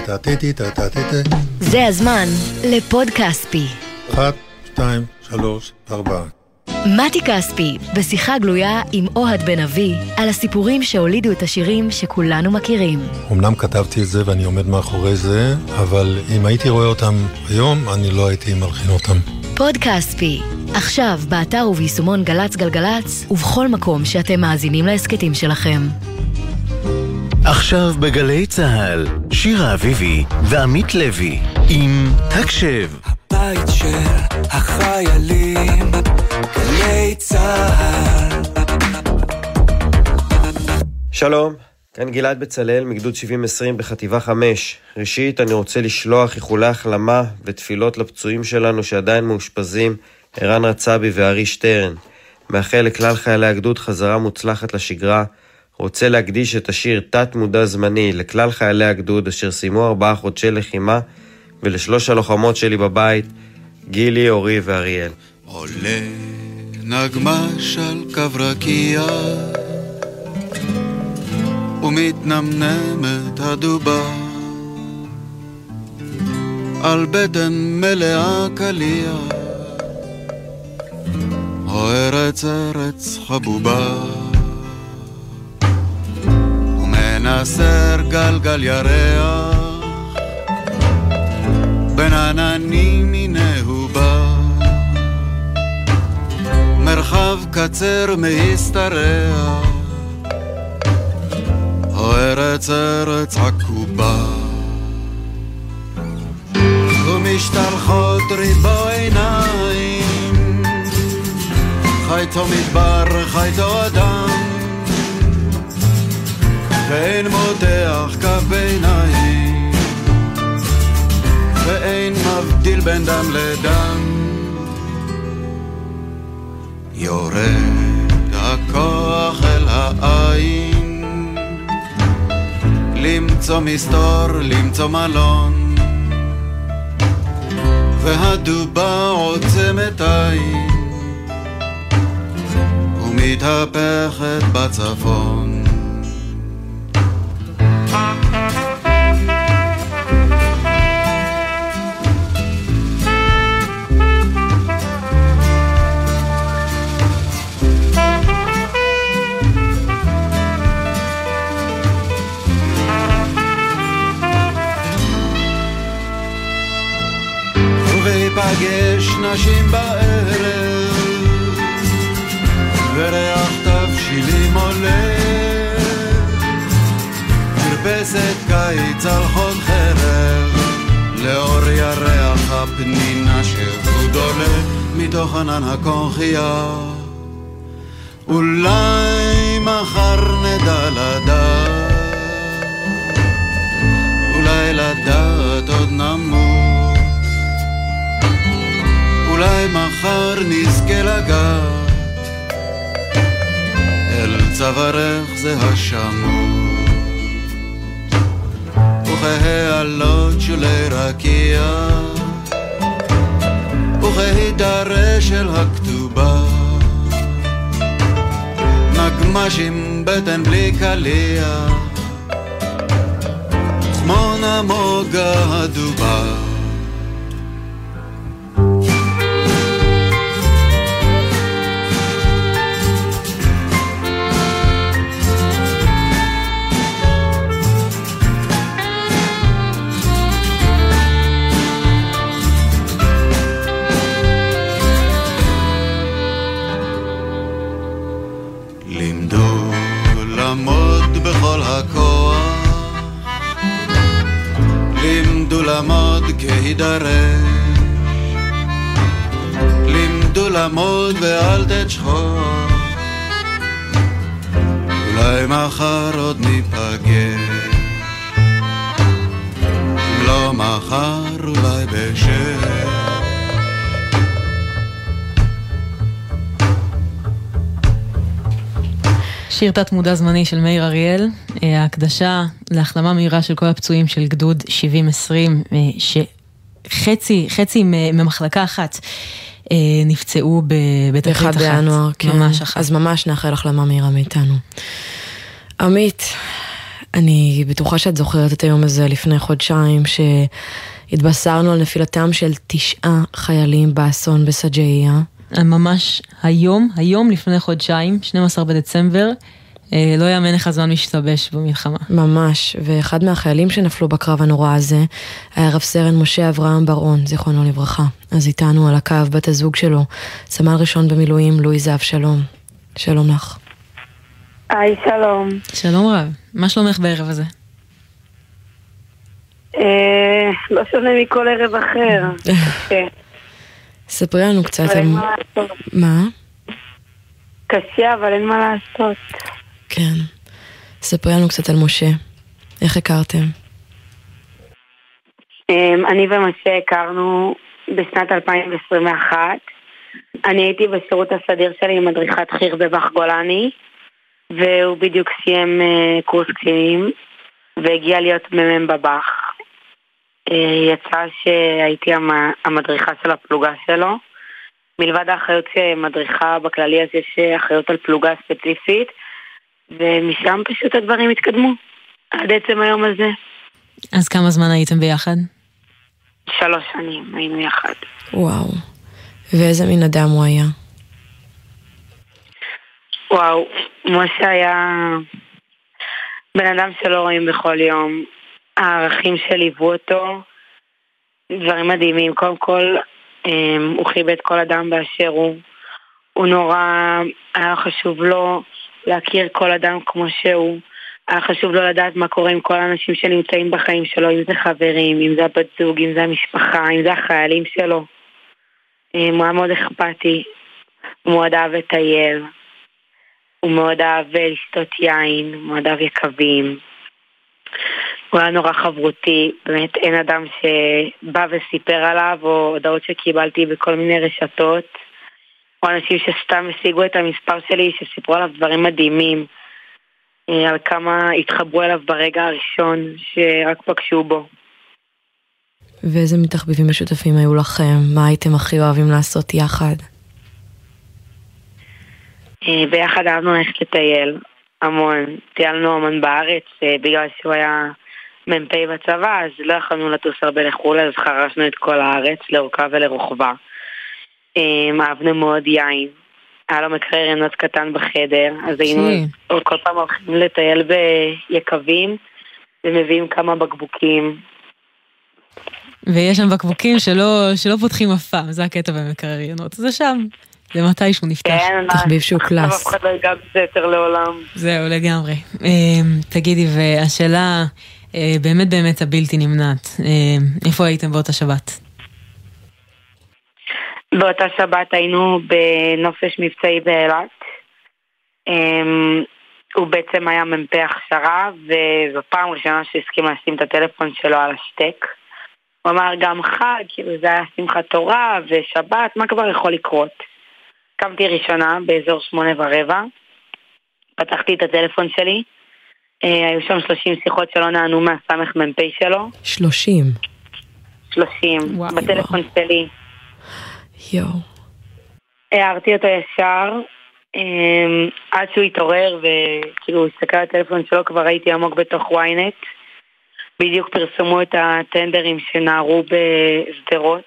זה הזמן לפוד כספי. אחת, שתיים, שלוש, ארבע. מתי כספי, בשיחה גלויה עם אוהד בן אבי, על הסיפורים שהולידו את השירים שכולנו מכירים. אמנם כתבתי את זה ואני עומד מאחורי זה, אבל אם הייתי רואה אותם היום, אני לא הייתי מלחין אותם. פוד כספי, עכשיו באתר וביישומון גלץ גלגלץ, ובכל מקום שאתם מאזינים להסקטים שלכם. עכשיו בגלי צהל, שירה אביבי ועמית לוי עם הקשב. הבית של החיילים, גלי צהל. שלום, כאן גלעד בצלאל מגדוד שבעים עשרים בחטיבה חמש. ראשית, אני רוצה לשלוח איחולי החלמה ותפילות לפצועים שלנו שעדיין מאושפזים, ערן רצבי וארי שטרן. מאחל לכלל חיילי הגדוד חזרה מוצלחת לשגרה. רוצה להקדיש את השיר תת מודע זמני לכלל חיילי הגדוד אשר סיימו ארבעה חודשי לחימה, ולשלוש הלוחמות שלי בבית, גילי, אורי ואריאל. עולה נגמש על קו רקיע ומתנמנמת הדובה על בטן מלאה קליע, או ארץ ארץ חבובה, ומנסר גלגל ירח בין עננים מינהו בא, מרחב קצר מהסתרח, או ארץ ארץ עקובה, ומשתלחות ריבו עיניים, חייתו מדבר חייתו אדם, ואין מותח כף ביניים, ואין מבדיל בין דם לדם. יורד הכוח אל העין, למצוא מסתור, למצוא מלון, והדובה עוצמת עין ומתהפכת בצפון. פגש נשים בערב וריח תבשילים עולה, מרפסת קיץ על חוד חרב, לאור ירח הפנינה שחוד עולה מתוך ענן הקונחייה. אולי מחר נדע לדעת, אולי לדעת עוד נמות, אולי מחר נזכה לגעת אל צווארך זה השמות, וכהעלות שולי רקיע, וכהידרה של הכתובה, נגמש עם בטן בלי קליע, כמו נמוגה הדובה. למוד כהידרש, לימדו למוד ואל תשכוח, אולי מחר עוד ניפגש, לא מחר אולי בשש. שיר תת מודע זמני של מאיר אריאל, ההקדשה להחלמה מהירה של כל הפצועים של גדוד שבעים עשרים, שחצי, חצי ממחלקה אחת נפצעו בתקרית אחת. אחד בינואר, כן. ממש אחת. אז ממש נאחל החלמה מהירה מאיתנו. עמית, אני בטוחה שאת זוכרת את היום הזה לפני חודשיים, שהתבשרנו על נפילתם של תשעה חיילים באסון בסג'איה. ממש היום, היום לפני חודשיים, שנים עשר בדצמבר, לא יאמן איך הזמן משתבש במלחמה. ממש, ואחד מהחיילים שנפלו בקרב הנורא הזה, היה רב סרן משה אברהם ברון, זיכרונו לברכה. אז איתנו על הקו בת הזוג שלו, סמל ראשון במילואים, לואיזה אבשלום. שלום לך. היי, שלום. שלום רב, מה שלומך בערב הזה? אה, לא שונה מכל ערב אחר. כן. ספרי לנו קצת. אבל אין מה לעשות. מה? קשה, אבל אין מה לעשות. כן. ספרי לנו קצת על משה. איך הכרתם? אני ומשה הכרנו בשנת אלפיים עשרים ואחת. אני הייתי בשירות הסדיר שלי עם מדריכת חי"ר בבח גולני, והוא בדיוק סיים קורס קצינים, והגיע להיות ממם בבח. יצא שהייתי המדריכה של הפלוגה שלו. מלבד האחריות שמדריכה בכללי, אז יש אחריות על פלוגה ספציפית, ומשם פשוט הדברים התקדמו עד עצם היום הזה. אז כמה זמן הייתם ביחד? שלוש שנים היינו יחד. וואו. ואיזה מין אדם הוא היה? וואו, משה היה בן אדם שלא רואים בכל יום. הערכים שליוו אותו, דברים מדהימים. קודם כל, הוא חיבד כל אדם באשר הוא. הוא נורא, היה חשוב לו להכיר כל אדם כמו שהוא. היה חשוב לו לדעת מה קורה עם כל האנשים שנמצאים בחיים שלו, אם זה חברים, אם זה הבת זוג, אם זה המשפחה, אם זה החיילים שלו. הוא היה מאוד אכפתי. הוא מאוד אהב לטייל. הוא מאוד אהב לשתות יין, הוא מאוד אהב יקבים. הוא היה נורא חברותי, באמת אין אדם שבא וסיפר עליו, או הודעות שקיבלתי בכל מיני רשתות, או אנשים שסתם השיגו את המספר שלי, שסיפרו עליו דברים מדהימים, על כמה התחברו אליו ברגע הראשון שרק פגשו בו. ואיזה מתחביבים משותפים היו לכם? מה הייתם הכי אוהבים לעשות יחד? ביחד אהבנו ללכת לטייל המון. טיילנו המון בארץ, בגלל שהוא היה מ"פ בצבא, אז לא יכולנו לטוס הרבה לחו"ל, אז חרשנו את כל הארץ לאורכה ולרוחבה. אהבנו מאוד יין. היה לו מקרר ינוץ קטן בחדר, אז היינו כל פעם הולכים לטייל ביקבים, ומביאים כמה בקבוקים. ויש שם בקבוקים שלא, שלא פותחים אף פעם, זה הקטע במקרר ינוץ, זה שם. זה מתי שהוא נפתח. כן, תחביב שהוא קלאס. אף אחד לא יגע בזה יותר לעולם. זהו, לגמרי. תגידי, והשאלה באמת באמת הבלתי נמנעת, איפה הייתם באותה שבת? באותה שבת היינו בנופש מבצעי באילת. הוא בעצם היה מ"פ הכשרה, וזו פעם ראשונה שהסכים לשים את הטלפון שלו על השטק. הוא אמר גם חג, כאילו זה היה שמחת תורה ושבת, מה כבר יכול לקרות? קמתי ראשונה באזור שמונה ורבע, פתחתי את הטלפון שלי, היו שם שלושים שיחות שלא נענו מהסמך מ"פ שלו. שלושים? שלושים, בטלפון שלי. יו. הערתי אותו ישר, עד שהוא התעורר וכאילו הוא הסתכל על הטלפון שלו, כבר הייתי עמוק בתוך וויינט. בדיוק פרסמו את הטנדרים שנערו בסדרות.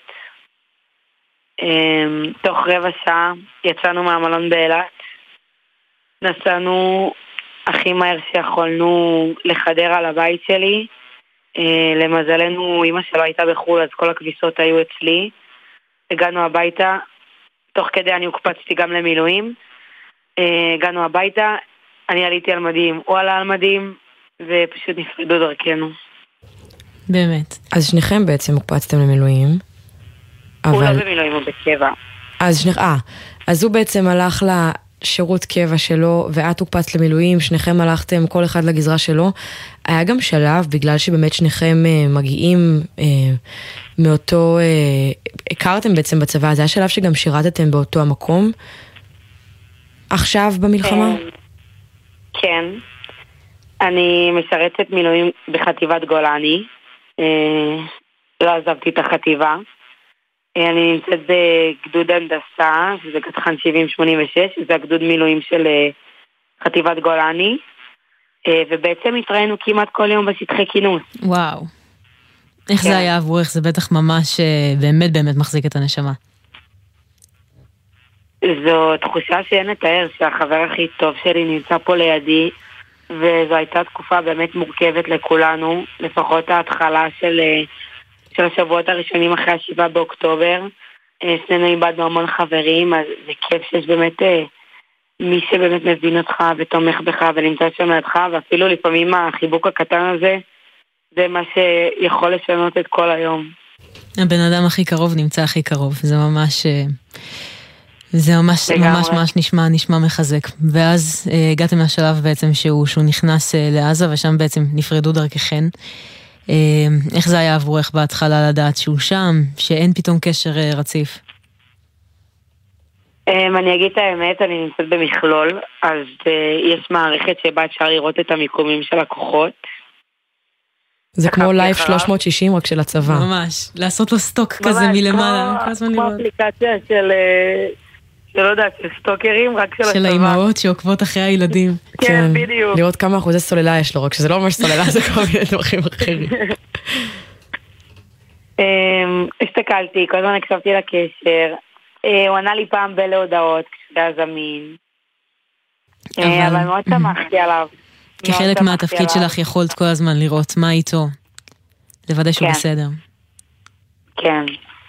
תוך רבע שעה יצאנו מהמלון באילת, נסענו הכי מהר שיכולנו לחדר על הבית שלי. למזלנו אמא שלו הייתה בחול, אז כל הכביסות היו אצלי. הגענו הביתה, תוך כדי אני הוקפצתי גם למילואים. הגענו הביתה, אני עליתי על מדים, הוא עלה על מדים, ופשוט נפרדו דרכנו. באמת. אז שניכם בעצם הוקפצתם למילואים. הוא אבל... לא במילואים, הוא בקבע. אז שניכם, אה, אז הוא בעצם הלך ל... שירות קבע שלו, ואת הוקפצת למילואים, שניכם הלכתם כל אחד לגזרה שלו. היה גם שלב, בגלל שבאמת שניכם מגיעים מאותו, הכרתם בעצם בצבא, זה היה שלב שגם שירתתם באותו המקום, עכשיו במלחמה? כן, אני משרתת מילואים בחטיבת גולני, לא עזבתי את החטיבה, אני נמצאת בגדוד הנדסה, שזה גדחן שבעים שמונים ושש, שזה הגדוד מילואים של חטיבת גולני, ובעצם התראינו כמעט כל יום בשטחי כינוס. וואו. איך זה היה עבורך? זה בטח ממש באמת באמת מחזיק את הנשמה. זו תחושה שאין לתאר, שהחבר הכי טוב שלי נמצא פה לידי, וזו הייתה תקופה באמת מורכבת לכולנו, לפחות ההתחלה של... של השבועות הראשונים אחרי השבעה באוקטובר. שנינו איבדנו המון חברים, אז זה כיף שיש באמת מי שבאמת מבין אותך ותומך בך ונמצא שם לידך, ואפילו לפעמים החיבוק הקטן הזה, זה מה שיכול לשנות את כל היום. הבן אדם הכי קרוב נמצא הכי קרוב, זה ממש... זה ממש ממש ממש נשמע, נשמע מחזק. ואז הגעתם לשלב בעצם שהוא, שהוא נכנס לעזה, ושם בעצם נפרדו דרככן. איך זה היה עבורך בהתחלה לדעת שהוא שם, שאין פתאום קשר רציף? אני אגיד את האמת, אני נמצאת במכלול, אז יש מערכת שבה אפשר לראות את המיקומים של הכוחות. זה כמו לייב שלוש מאות שישים רק של הצבא. ממש, לעשות לו סטוק כזה מלמעלה. כמו אפליקציה של... שלא יודעת, של סטוקרים, רק של הצבא. של האימהות שעוקבות אחרי הילדים. כן, בדיוק. לראות כמה אחוזי סוללה יש לו, רק שזה לא ממש סוללה, זה כל מיני דברים אחרים. הסתכלתי, כל הזמן הקשבתי לקשר. הוא ענה לי פעם בלהודעות, כשזה היה זמין. אבל מאוד שמחתי עליו. כחלק מהתפקיד שלך יכולת כל הזמן לראות מה איתו. לוודא שהוא בסדר. כן.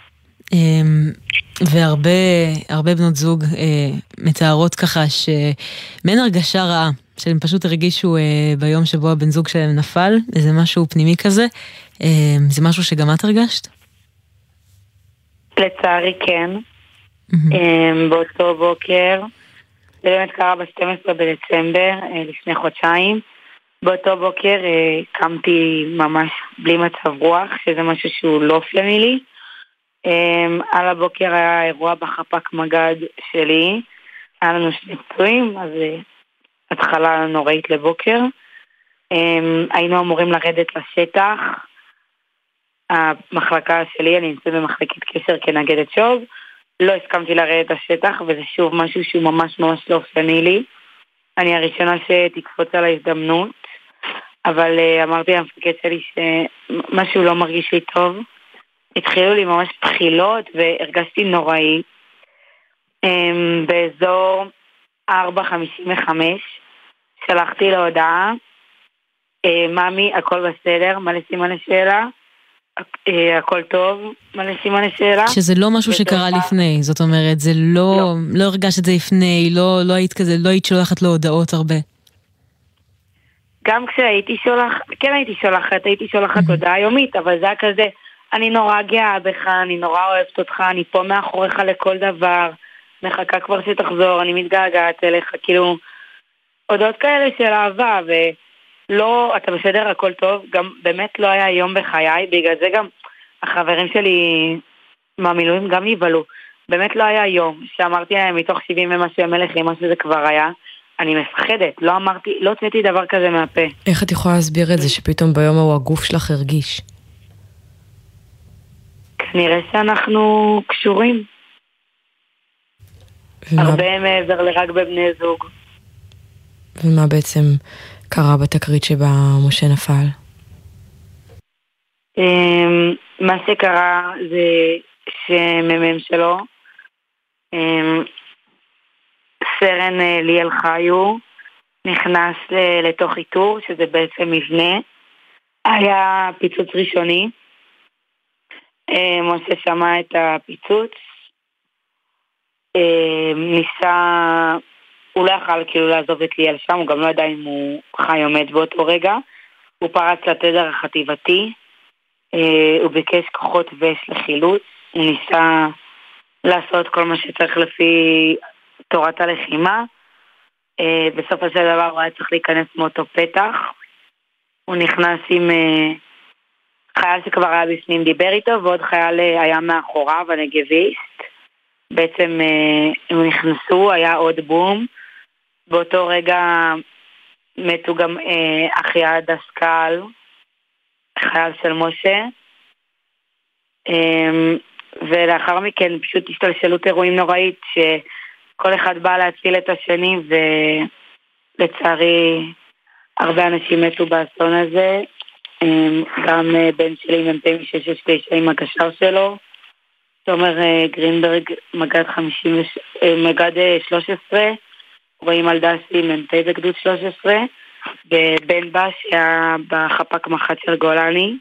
והרבה הרבה בנות זוג אה, מתארות ככה שמין הרגשה רעה, שהם פשוט הרגישו אה, ביום שבו הבן זוג שלהם נפל, איזה משהו פנימי כזה. אה, זה משהו שגם את הרגשת? לצערי כן. Mm-hmm. אה, באותו בוקר, זה באמת קרה ב-שנים עשר בדצמבר, אה, לפני חודשיים. באותו בוקר אה, קמתי ממש בלי מצב רוח, שזה משהו שהוא לא אופייני לי. Um, על הבוקר היה אירוע בחפ"ק מג"ד שלי, היה לנו שני פצועים, אז uh, התחלה נוראית לבוקר. Um, היינו אמורים לרדת לשטח, המחלקה שלי, אני נמצאת במחלקת קשר כנגדת שוב, לא הסכמתי לרדת לשטח, וזה שוב משהו שהוא ממש ממש לא אופייני לי. אני הראשונה שתקפוץ על ההזדמנות, אבל uh, אמרתי למפקד שלי שמשהו לא מרגיש לי טוב, התחילו לי ממש בחילות והרגשתי נוראי. באזור ארבע חמישים וחמש שלחתי להודעה, ממי, הכל בסדר, מה לסימן השאלה, הכל טוב, מה לסימן השאלה. שזה לא משהו שקרה לפני, זאת אומרת, זה לא, לא הרגשת את זה לפני, לא, לא היית כזה, לא היית שולחת להודעות הרבה. גם כשהייתי שולחת, כן הייתי שולחת, הייתי שולחת הודעה יומית, אבל זה היה כזה, אני נורא גאה בך, אני נורא אוהבת אותך, אני פה מאחוריך לכל דבר, מחכה כבר שתחזור, אני מתגעגעת אליך, כאילו, הודעות כאלה של אהבה, ולא, אתה בסדר, הכל טוב, גם באמת לא היה יום בחיי, בגלל זה גם החברים שלי מהמילואים גם יבלו, באמת לא היה יום, שאמרתי להם מתוך שבעים ומשהו מלכים, מה שזה כבר היה, אני מפחדת, לא אמרתי, לא צאתי דבר כזה מהפה. איך את יכולה להסביר את זה שפתאום ביום ההוא הגוף שלך הרגיש? נראה שאנחנו קשורים. ומה... הרבה מעבר לרק בבני זוג. ומה בעצם קרה בתקרית שבה משה נפל? מה שקרה זה שממם שלו, סרן ליאל חיו, נכנס לתוך איתור, שזה בעצם מבנה. היה פיצוץ ראשוני. משה שמע את הפיצוץ, ניסה, הוא לא יכל כאילו לעזוב את ליאל שם, הוא גם לא ידע אם הוא חי עומד באותו רגע, הוא פרץ לתדר החטיבתי, הוא ביקש כוחות ואש לחילוץ, הוא ניסה לעשות כל מה שצריך לפי תורת הלחימה, בסופו של דבר הוא היה צריך להיכנס מאותו פתח. הוא נכנס עם חייל שכבר היה בפנים, דיבר איתו, ועוד חייל היה מאחוריו, הנגביסט. בעצם הם נכנסו, היה עוד בום. באותו רגע מתו גם אחיה דסקל, חייל של משה. ולאחר מכן פשוט השתלשלות אירועים נוראית, שכל אחד בא להציל את השני, ולצערי הרבה אנשים מתו באסון הזה. גם בן שלי מ"פ מ-שש שש תשע עם הקשר שלו, תומר גרינברג מגד חמישים, מגד שלוש עשרה, רואים על דסי מ"פ בגדוד שלוש עשרה, ובן בש היה בחפ"ק מח"ט של גולני.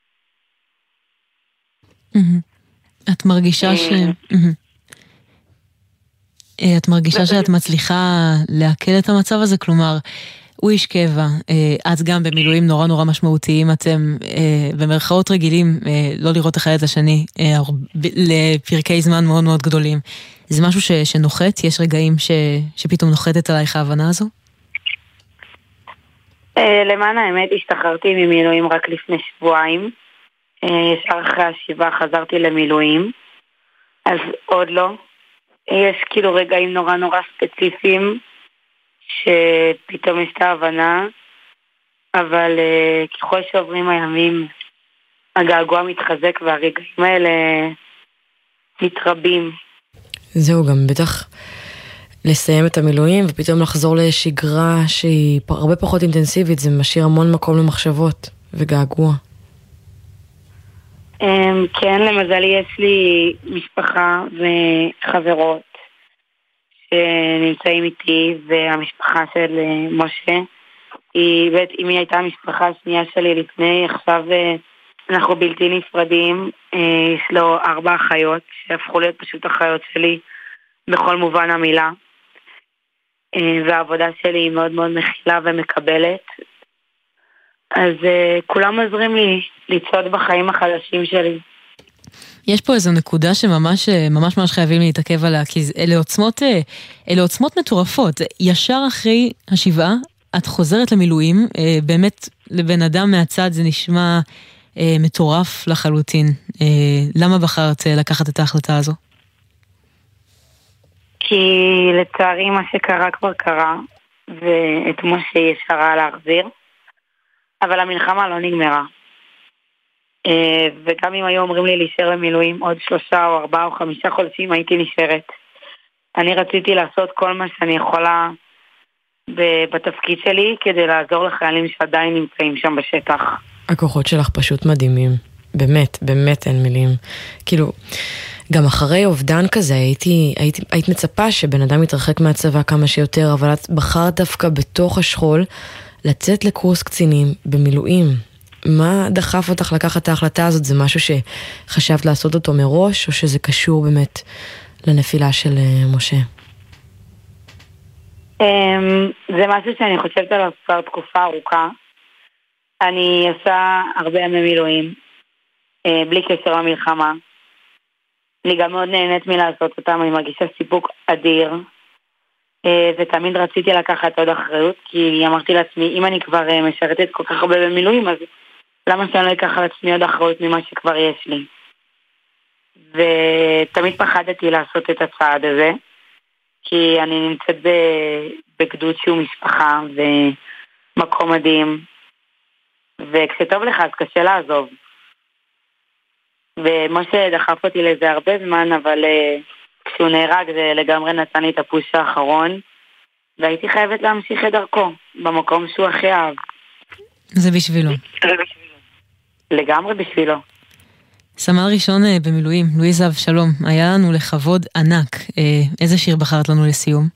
את מרגישה ש... את מרגישה שאת מצליחה להקל את המצב הזה? כלומר, הוא איש קבע, את גם במילואים נורא נורא משמעותיים, אתם במרכאות רגילים לא לראות אחד את השני לפרקי זמן מאוד מאוד גדולים. זה משהו שנוחת? יש רגעים שפתאום נוחתת עלייך ההבנה הזו? למען האמת השתחררתי ממילואים רק לפני שבועיים. ישר אחרי השבעה חזרתי למילואים, אז עוד לא. יש כאילו רגעים נורא נורא ספציפיים שפתאום יש את ההבנה, אבל uh, ככל שעוברים הימים הגעגוע מתחזק והרגעים האלה מתרבים. זהו, גם בטח לסיים את המילואים ופתאום לחזור לשגרה שהיא הרבה פחות אינטנסיבית, זה משאיר המון מקום למחשבות וגעגוע. כן, למזלי יש לי משפחה וחברות שנמצאים איתי, והמשפחה של משה היא, אם היא הייתה המשפחה השנייה שלי לפני, עכשיו אנחנו בלתי נפרדים. יש לו ארבע אחיות שהפכו להיות פשוט אחיות שלי בכל מובן המילה, והעבודה שלי היא מאוד מאוד מכילה ומקבלת, אז כולם עוזרים לי לצעוד בחיים החדשים שלי. יש פה איזו נקודה שממש ממש ממש חייבים להתעכב עליה, כי אלה עוצמות, אלה עוצמות מטורפות. ישר אחרי השבעה, את חוזרת למילואים, באמת לבן אדם מהצד זה נשמע מטורף לחלוטין. למה בחרת לקחת את ההחלטה הזו? כי לצערי מה שקרה כבר קרה, ואת משה ישר היה להחזיר, אבל המלחמה לא נגמרה. וגם אם היו אומרים לי להישאר למילואים עוד שלושה או ארבעה או חמישה חודשים, הייתי נשארת. אני רציתי לעשות כל מה שאני יכולה בתפקיד שלי כדי לעזור לחיילים שעדיין נמצאים שם בשטח. הכוחות שלך פשוט מדהימים. באמת, באמת אין מילים. כאילו, גם אחרי אובדן כזה הייתי, הייתי, היית מצפה שבן אדם יתרחק מהצבא כמה שיותר, אבל את בחרת דווקא בתוך השכול לצאת לקורס קצינים במילואים. מה דחף אותך לקחת את ההחלטה הזאת? זה משהו שחשבת לעשות אותו מראש, או שזה קשור באמת לנפילה של משה? זה משהו שאני חושבת עליו כבר תקופה ארוכה. אני עושה הרבה ימי מילואים, בלי קשר למלחמה. אני גם מאוד נהנית מלעשות אותם, אני מרגישה סיפוק אדיר, ותמיד רציתי לקחת עוד אחריות, כי אמרתי לעצמי, אם אני כבר משרתת כל כך הרבה במילואים, אז למה שאני לא אקח על עצמי עוד אחריות ממה שכבר יש לי? ותמיד פחדתי לעשות את הצעד הזה, כי אני נמצאת בגדוד שהוא משפחה ומקום מדהים, וכשטוב לך אז קשה לעזוב. ומשה דחף אותי לזה הרבה זמן, אבל כשהוא נהרג זה לגמרי נתן לי את הפוש האחרון, והייתי חייבת להמשיך את דרכו במקום שהוא הכי אהב. זה בשבילו. לגמרי בשבילו. סמל ראשון במילואים, לואיזה אבשלום, היה לנו לכבוד ענק. איזה שיר בחרת לנו לסיום?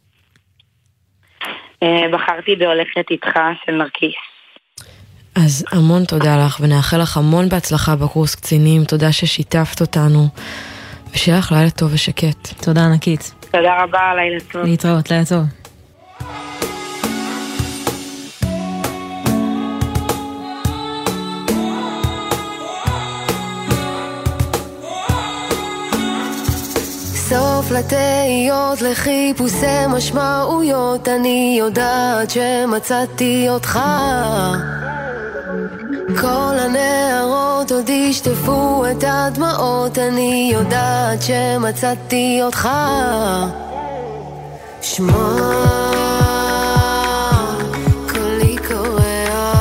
בחרתי בהולכת איתך של נרקיס. אז המון תודה לך, ונאחל לך המון בהצלחה בקורס קצינים. תודה ששיתפת אותנו, ושיהיה לך לילה טוב ושקט. תודה ענקית. תודה רבה, לילה טוב. להתראות, לילה טוב. סוף סוף לתהיות לחיפושי משמעויות, אני יודעת שמצאתי אותך. כל הנערות עוד ישטפו את הדמעות, אני יודעת שמצאתי אותך. שמע קולי קורע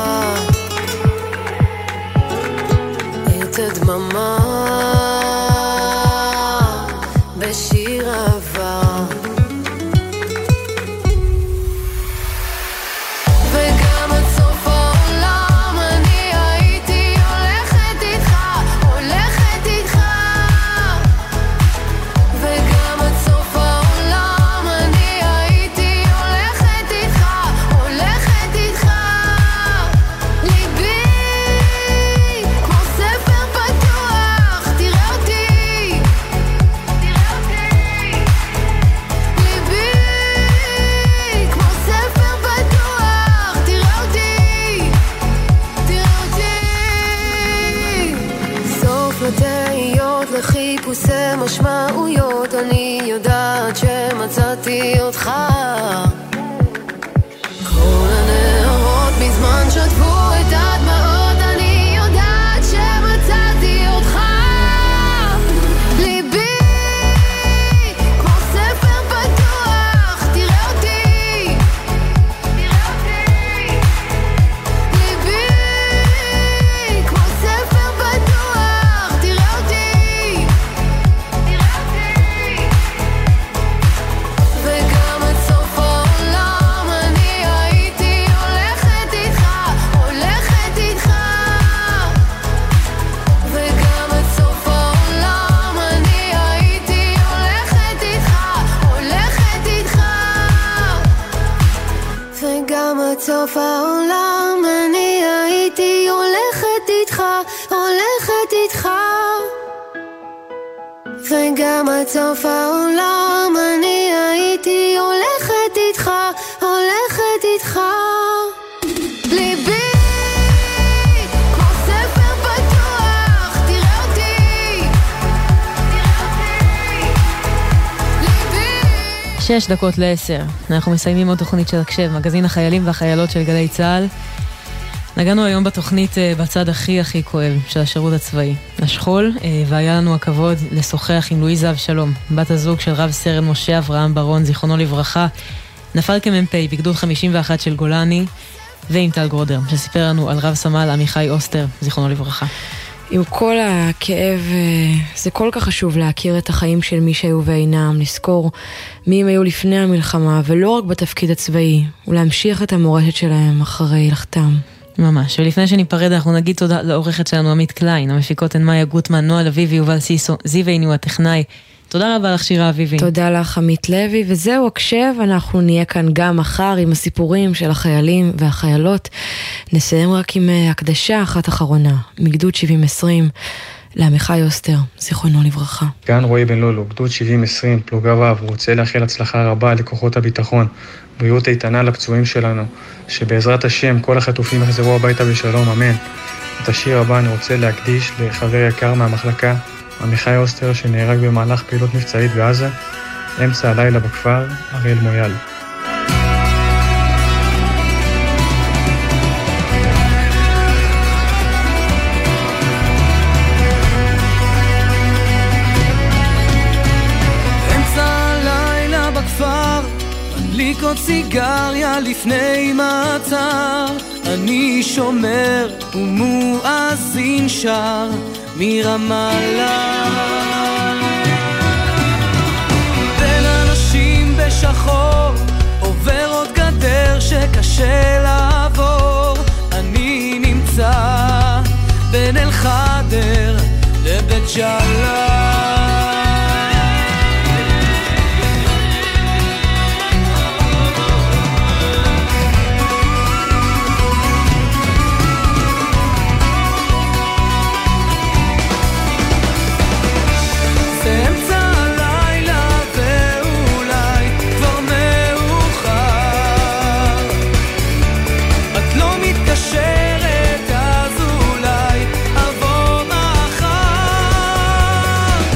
את הדממה בשיר אהבה, וגם עד סוף העולם אני הייתי הולכת איתך, הולכת איתך, וגם עד סוף העולם אני הייתי הולכת איתך, הולכת איתך. ליבי כמו ספר פתוח, תראה אותי, תראה אותי. ליבי כמו ספר פתוח, תראה אותי, תראה אותי. סוף לתהיות לחיפושי משמעויות, אני יודעת שמצאתי אותך. כל הנערות מזמן שטפו את הדמעות, אני יודעת שמצאתי אותך. ליבי כמו ספר פתוח, תראה אותי, תראה אותי. ליבי כמו ספר פתוח, תראה אותי, תראה אותי. וגם עד סוף העולם אני הייתי הולכת איתך, הולכת איתך. וגם עד סוף העולם אני הייתי הולכת איתך, הולכת איתך. וגם עד סוף העולם אני הייתי הולכת איתך, הולכת איתך. וגם עד סוף העולם אני הייתי הולכת איתך, הולכת איתך. ליבי כמו ספר פתוח, תראה אותי, תראה אותי. ליבי שש דקות לעשר. אנחנו מסיימים עוד תוכנית של הקשב, מגזין החיילים והחיילות של גלי צה"ל. נגענו היום בתוכנית בצד הכי הכי כואב של השירות הצבאי, השכול, והיה לנו הכבוד לשוחח עם לואיזה אבשלום, בת הזוג של רב סרן משה אברהם ברון, זיכרונו לברכה, נפל כמ"פ בגדוד חמישים ואחת של גולני, ועם טל גרודר, שסיפר לנו על רב סמל עמיחי אוסטר, זיכרונו לברכה. עם כל הכאב, זה כל כך חשוב להכיר את החיים של מי שהיו ואינם, לזכור מי הם היו לפני המלחמה, ולא רק בתפקיד הצבאי, ולהמשיך את המורשת שלהם אחרי לכתם. ממש, ולפני שניפרד אנחנו נגיד תודה לעורכת שלנו עמית קליין, המפיקות הן מאיה גוטמן, נועה לוי ויובל סיסו, זיו אינו הטכנאי. תודה רבה לך שירה אביבי. תודה לך עמית לוי, וזהו הקשב, אנחנו נהיה כאן גם מחר עם הסיפורים של החיילים והחיילות. נסיים רק עם הקדשה אחת אחרונה, מגדוד שבעים עשרים, לעמיחי אוסטר, זיכרונו לברכה. כאן רועי בן לולו, גדוד שבעים עשרים, פלוגה ו', רוצה לאחל הצלחה רבה לכוחות הביטחון, בריאות איתנה לפצועים שלנו, שבעזרת השם כל החטופים יחזרו הביתה בשלום, אמן. את השיר הבא אני רוצה להקדיש לחבר יקר מהמחלקה, עמיחי אוסטר, שנהרג במהלך פעילות מבצעית בעזה, אמצע הלילה בכפר, אריאל מויאל. אמצע הלילה בכפר, מדליקות סיגריה לפני מעצר, אני שומר ומואזין שר מרמאללה. בין אנשים בשחור עובר עוד גדר שקשה לעבור, אני נמצא בין אל חדר לבית ג'אלה. מתקשרת אז אולי אבוא מחר.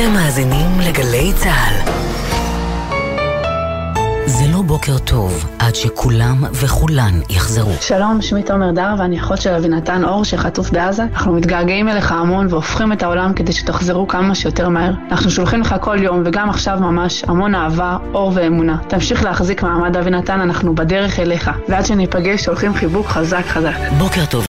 אתם מאזינים לגלי צהל. זה לא בוקר טוב עד שכולם וכולן יחזרו. שלום, שמי תומר דר ואני אחות של אבינתן אור שחטוף בעזה. אנחנו מתגעגעים אליך המון והופכים את העולם כדי שתחזרו כמה שיותר מהר. אנחנו שולחים לך כל יום וגם עכשיו ממש המון אהבה, אור ואמונה. תמשיך להחזיק מעמד אבינתן, אנחנו בדרך אליך. ועד שניפגש שולחים חיבוק חזק חזק. בוקר טוב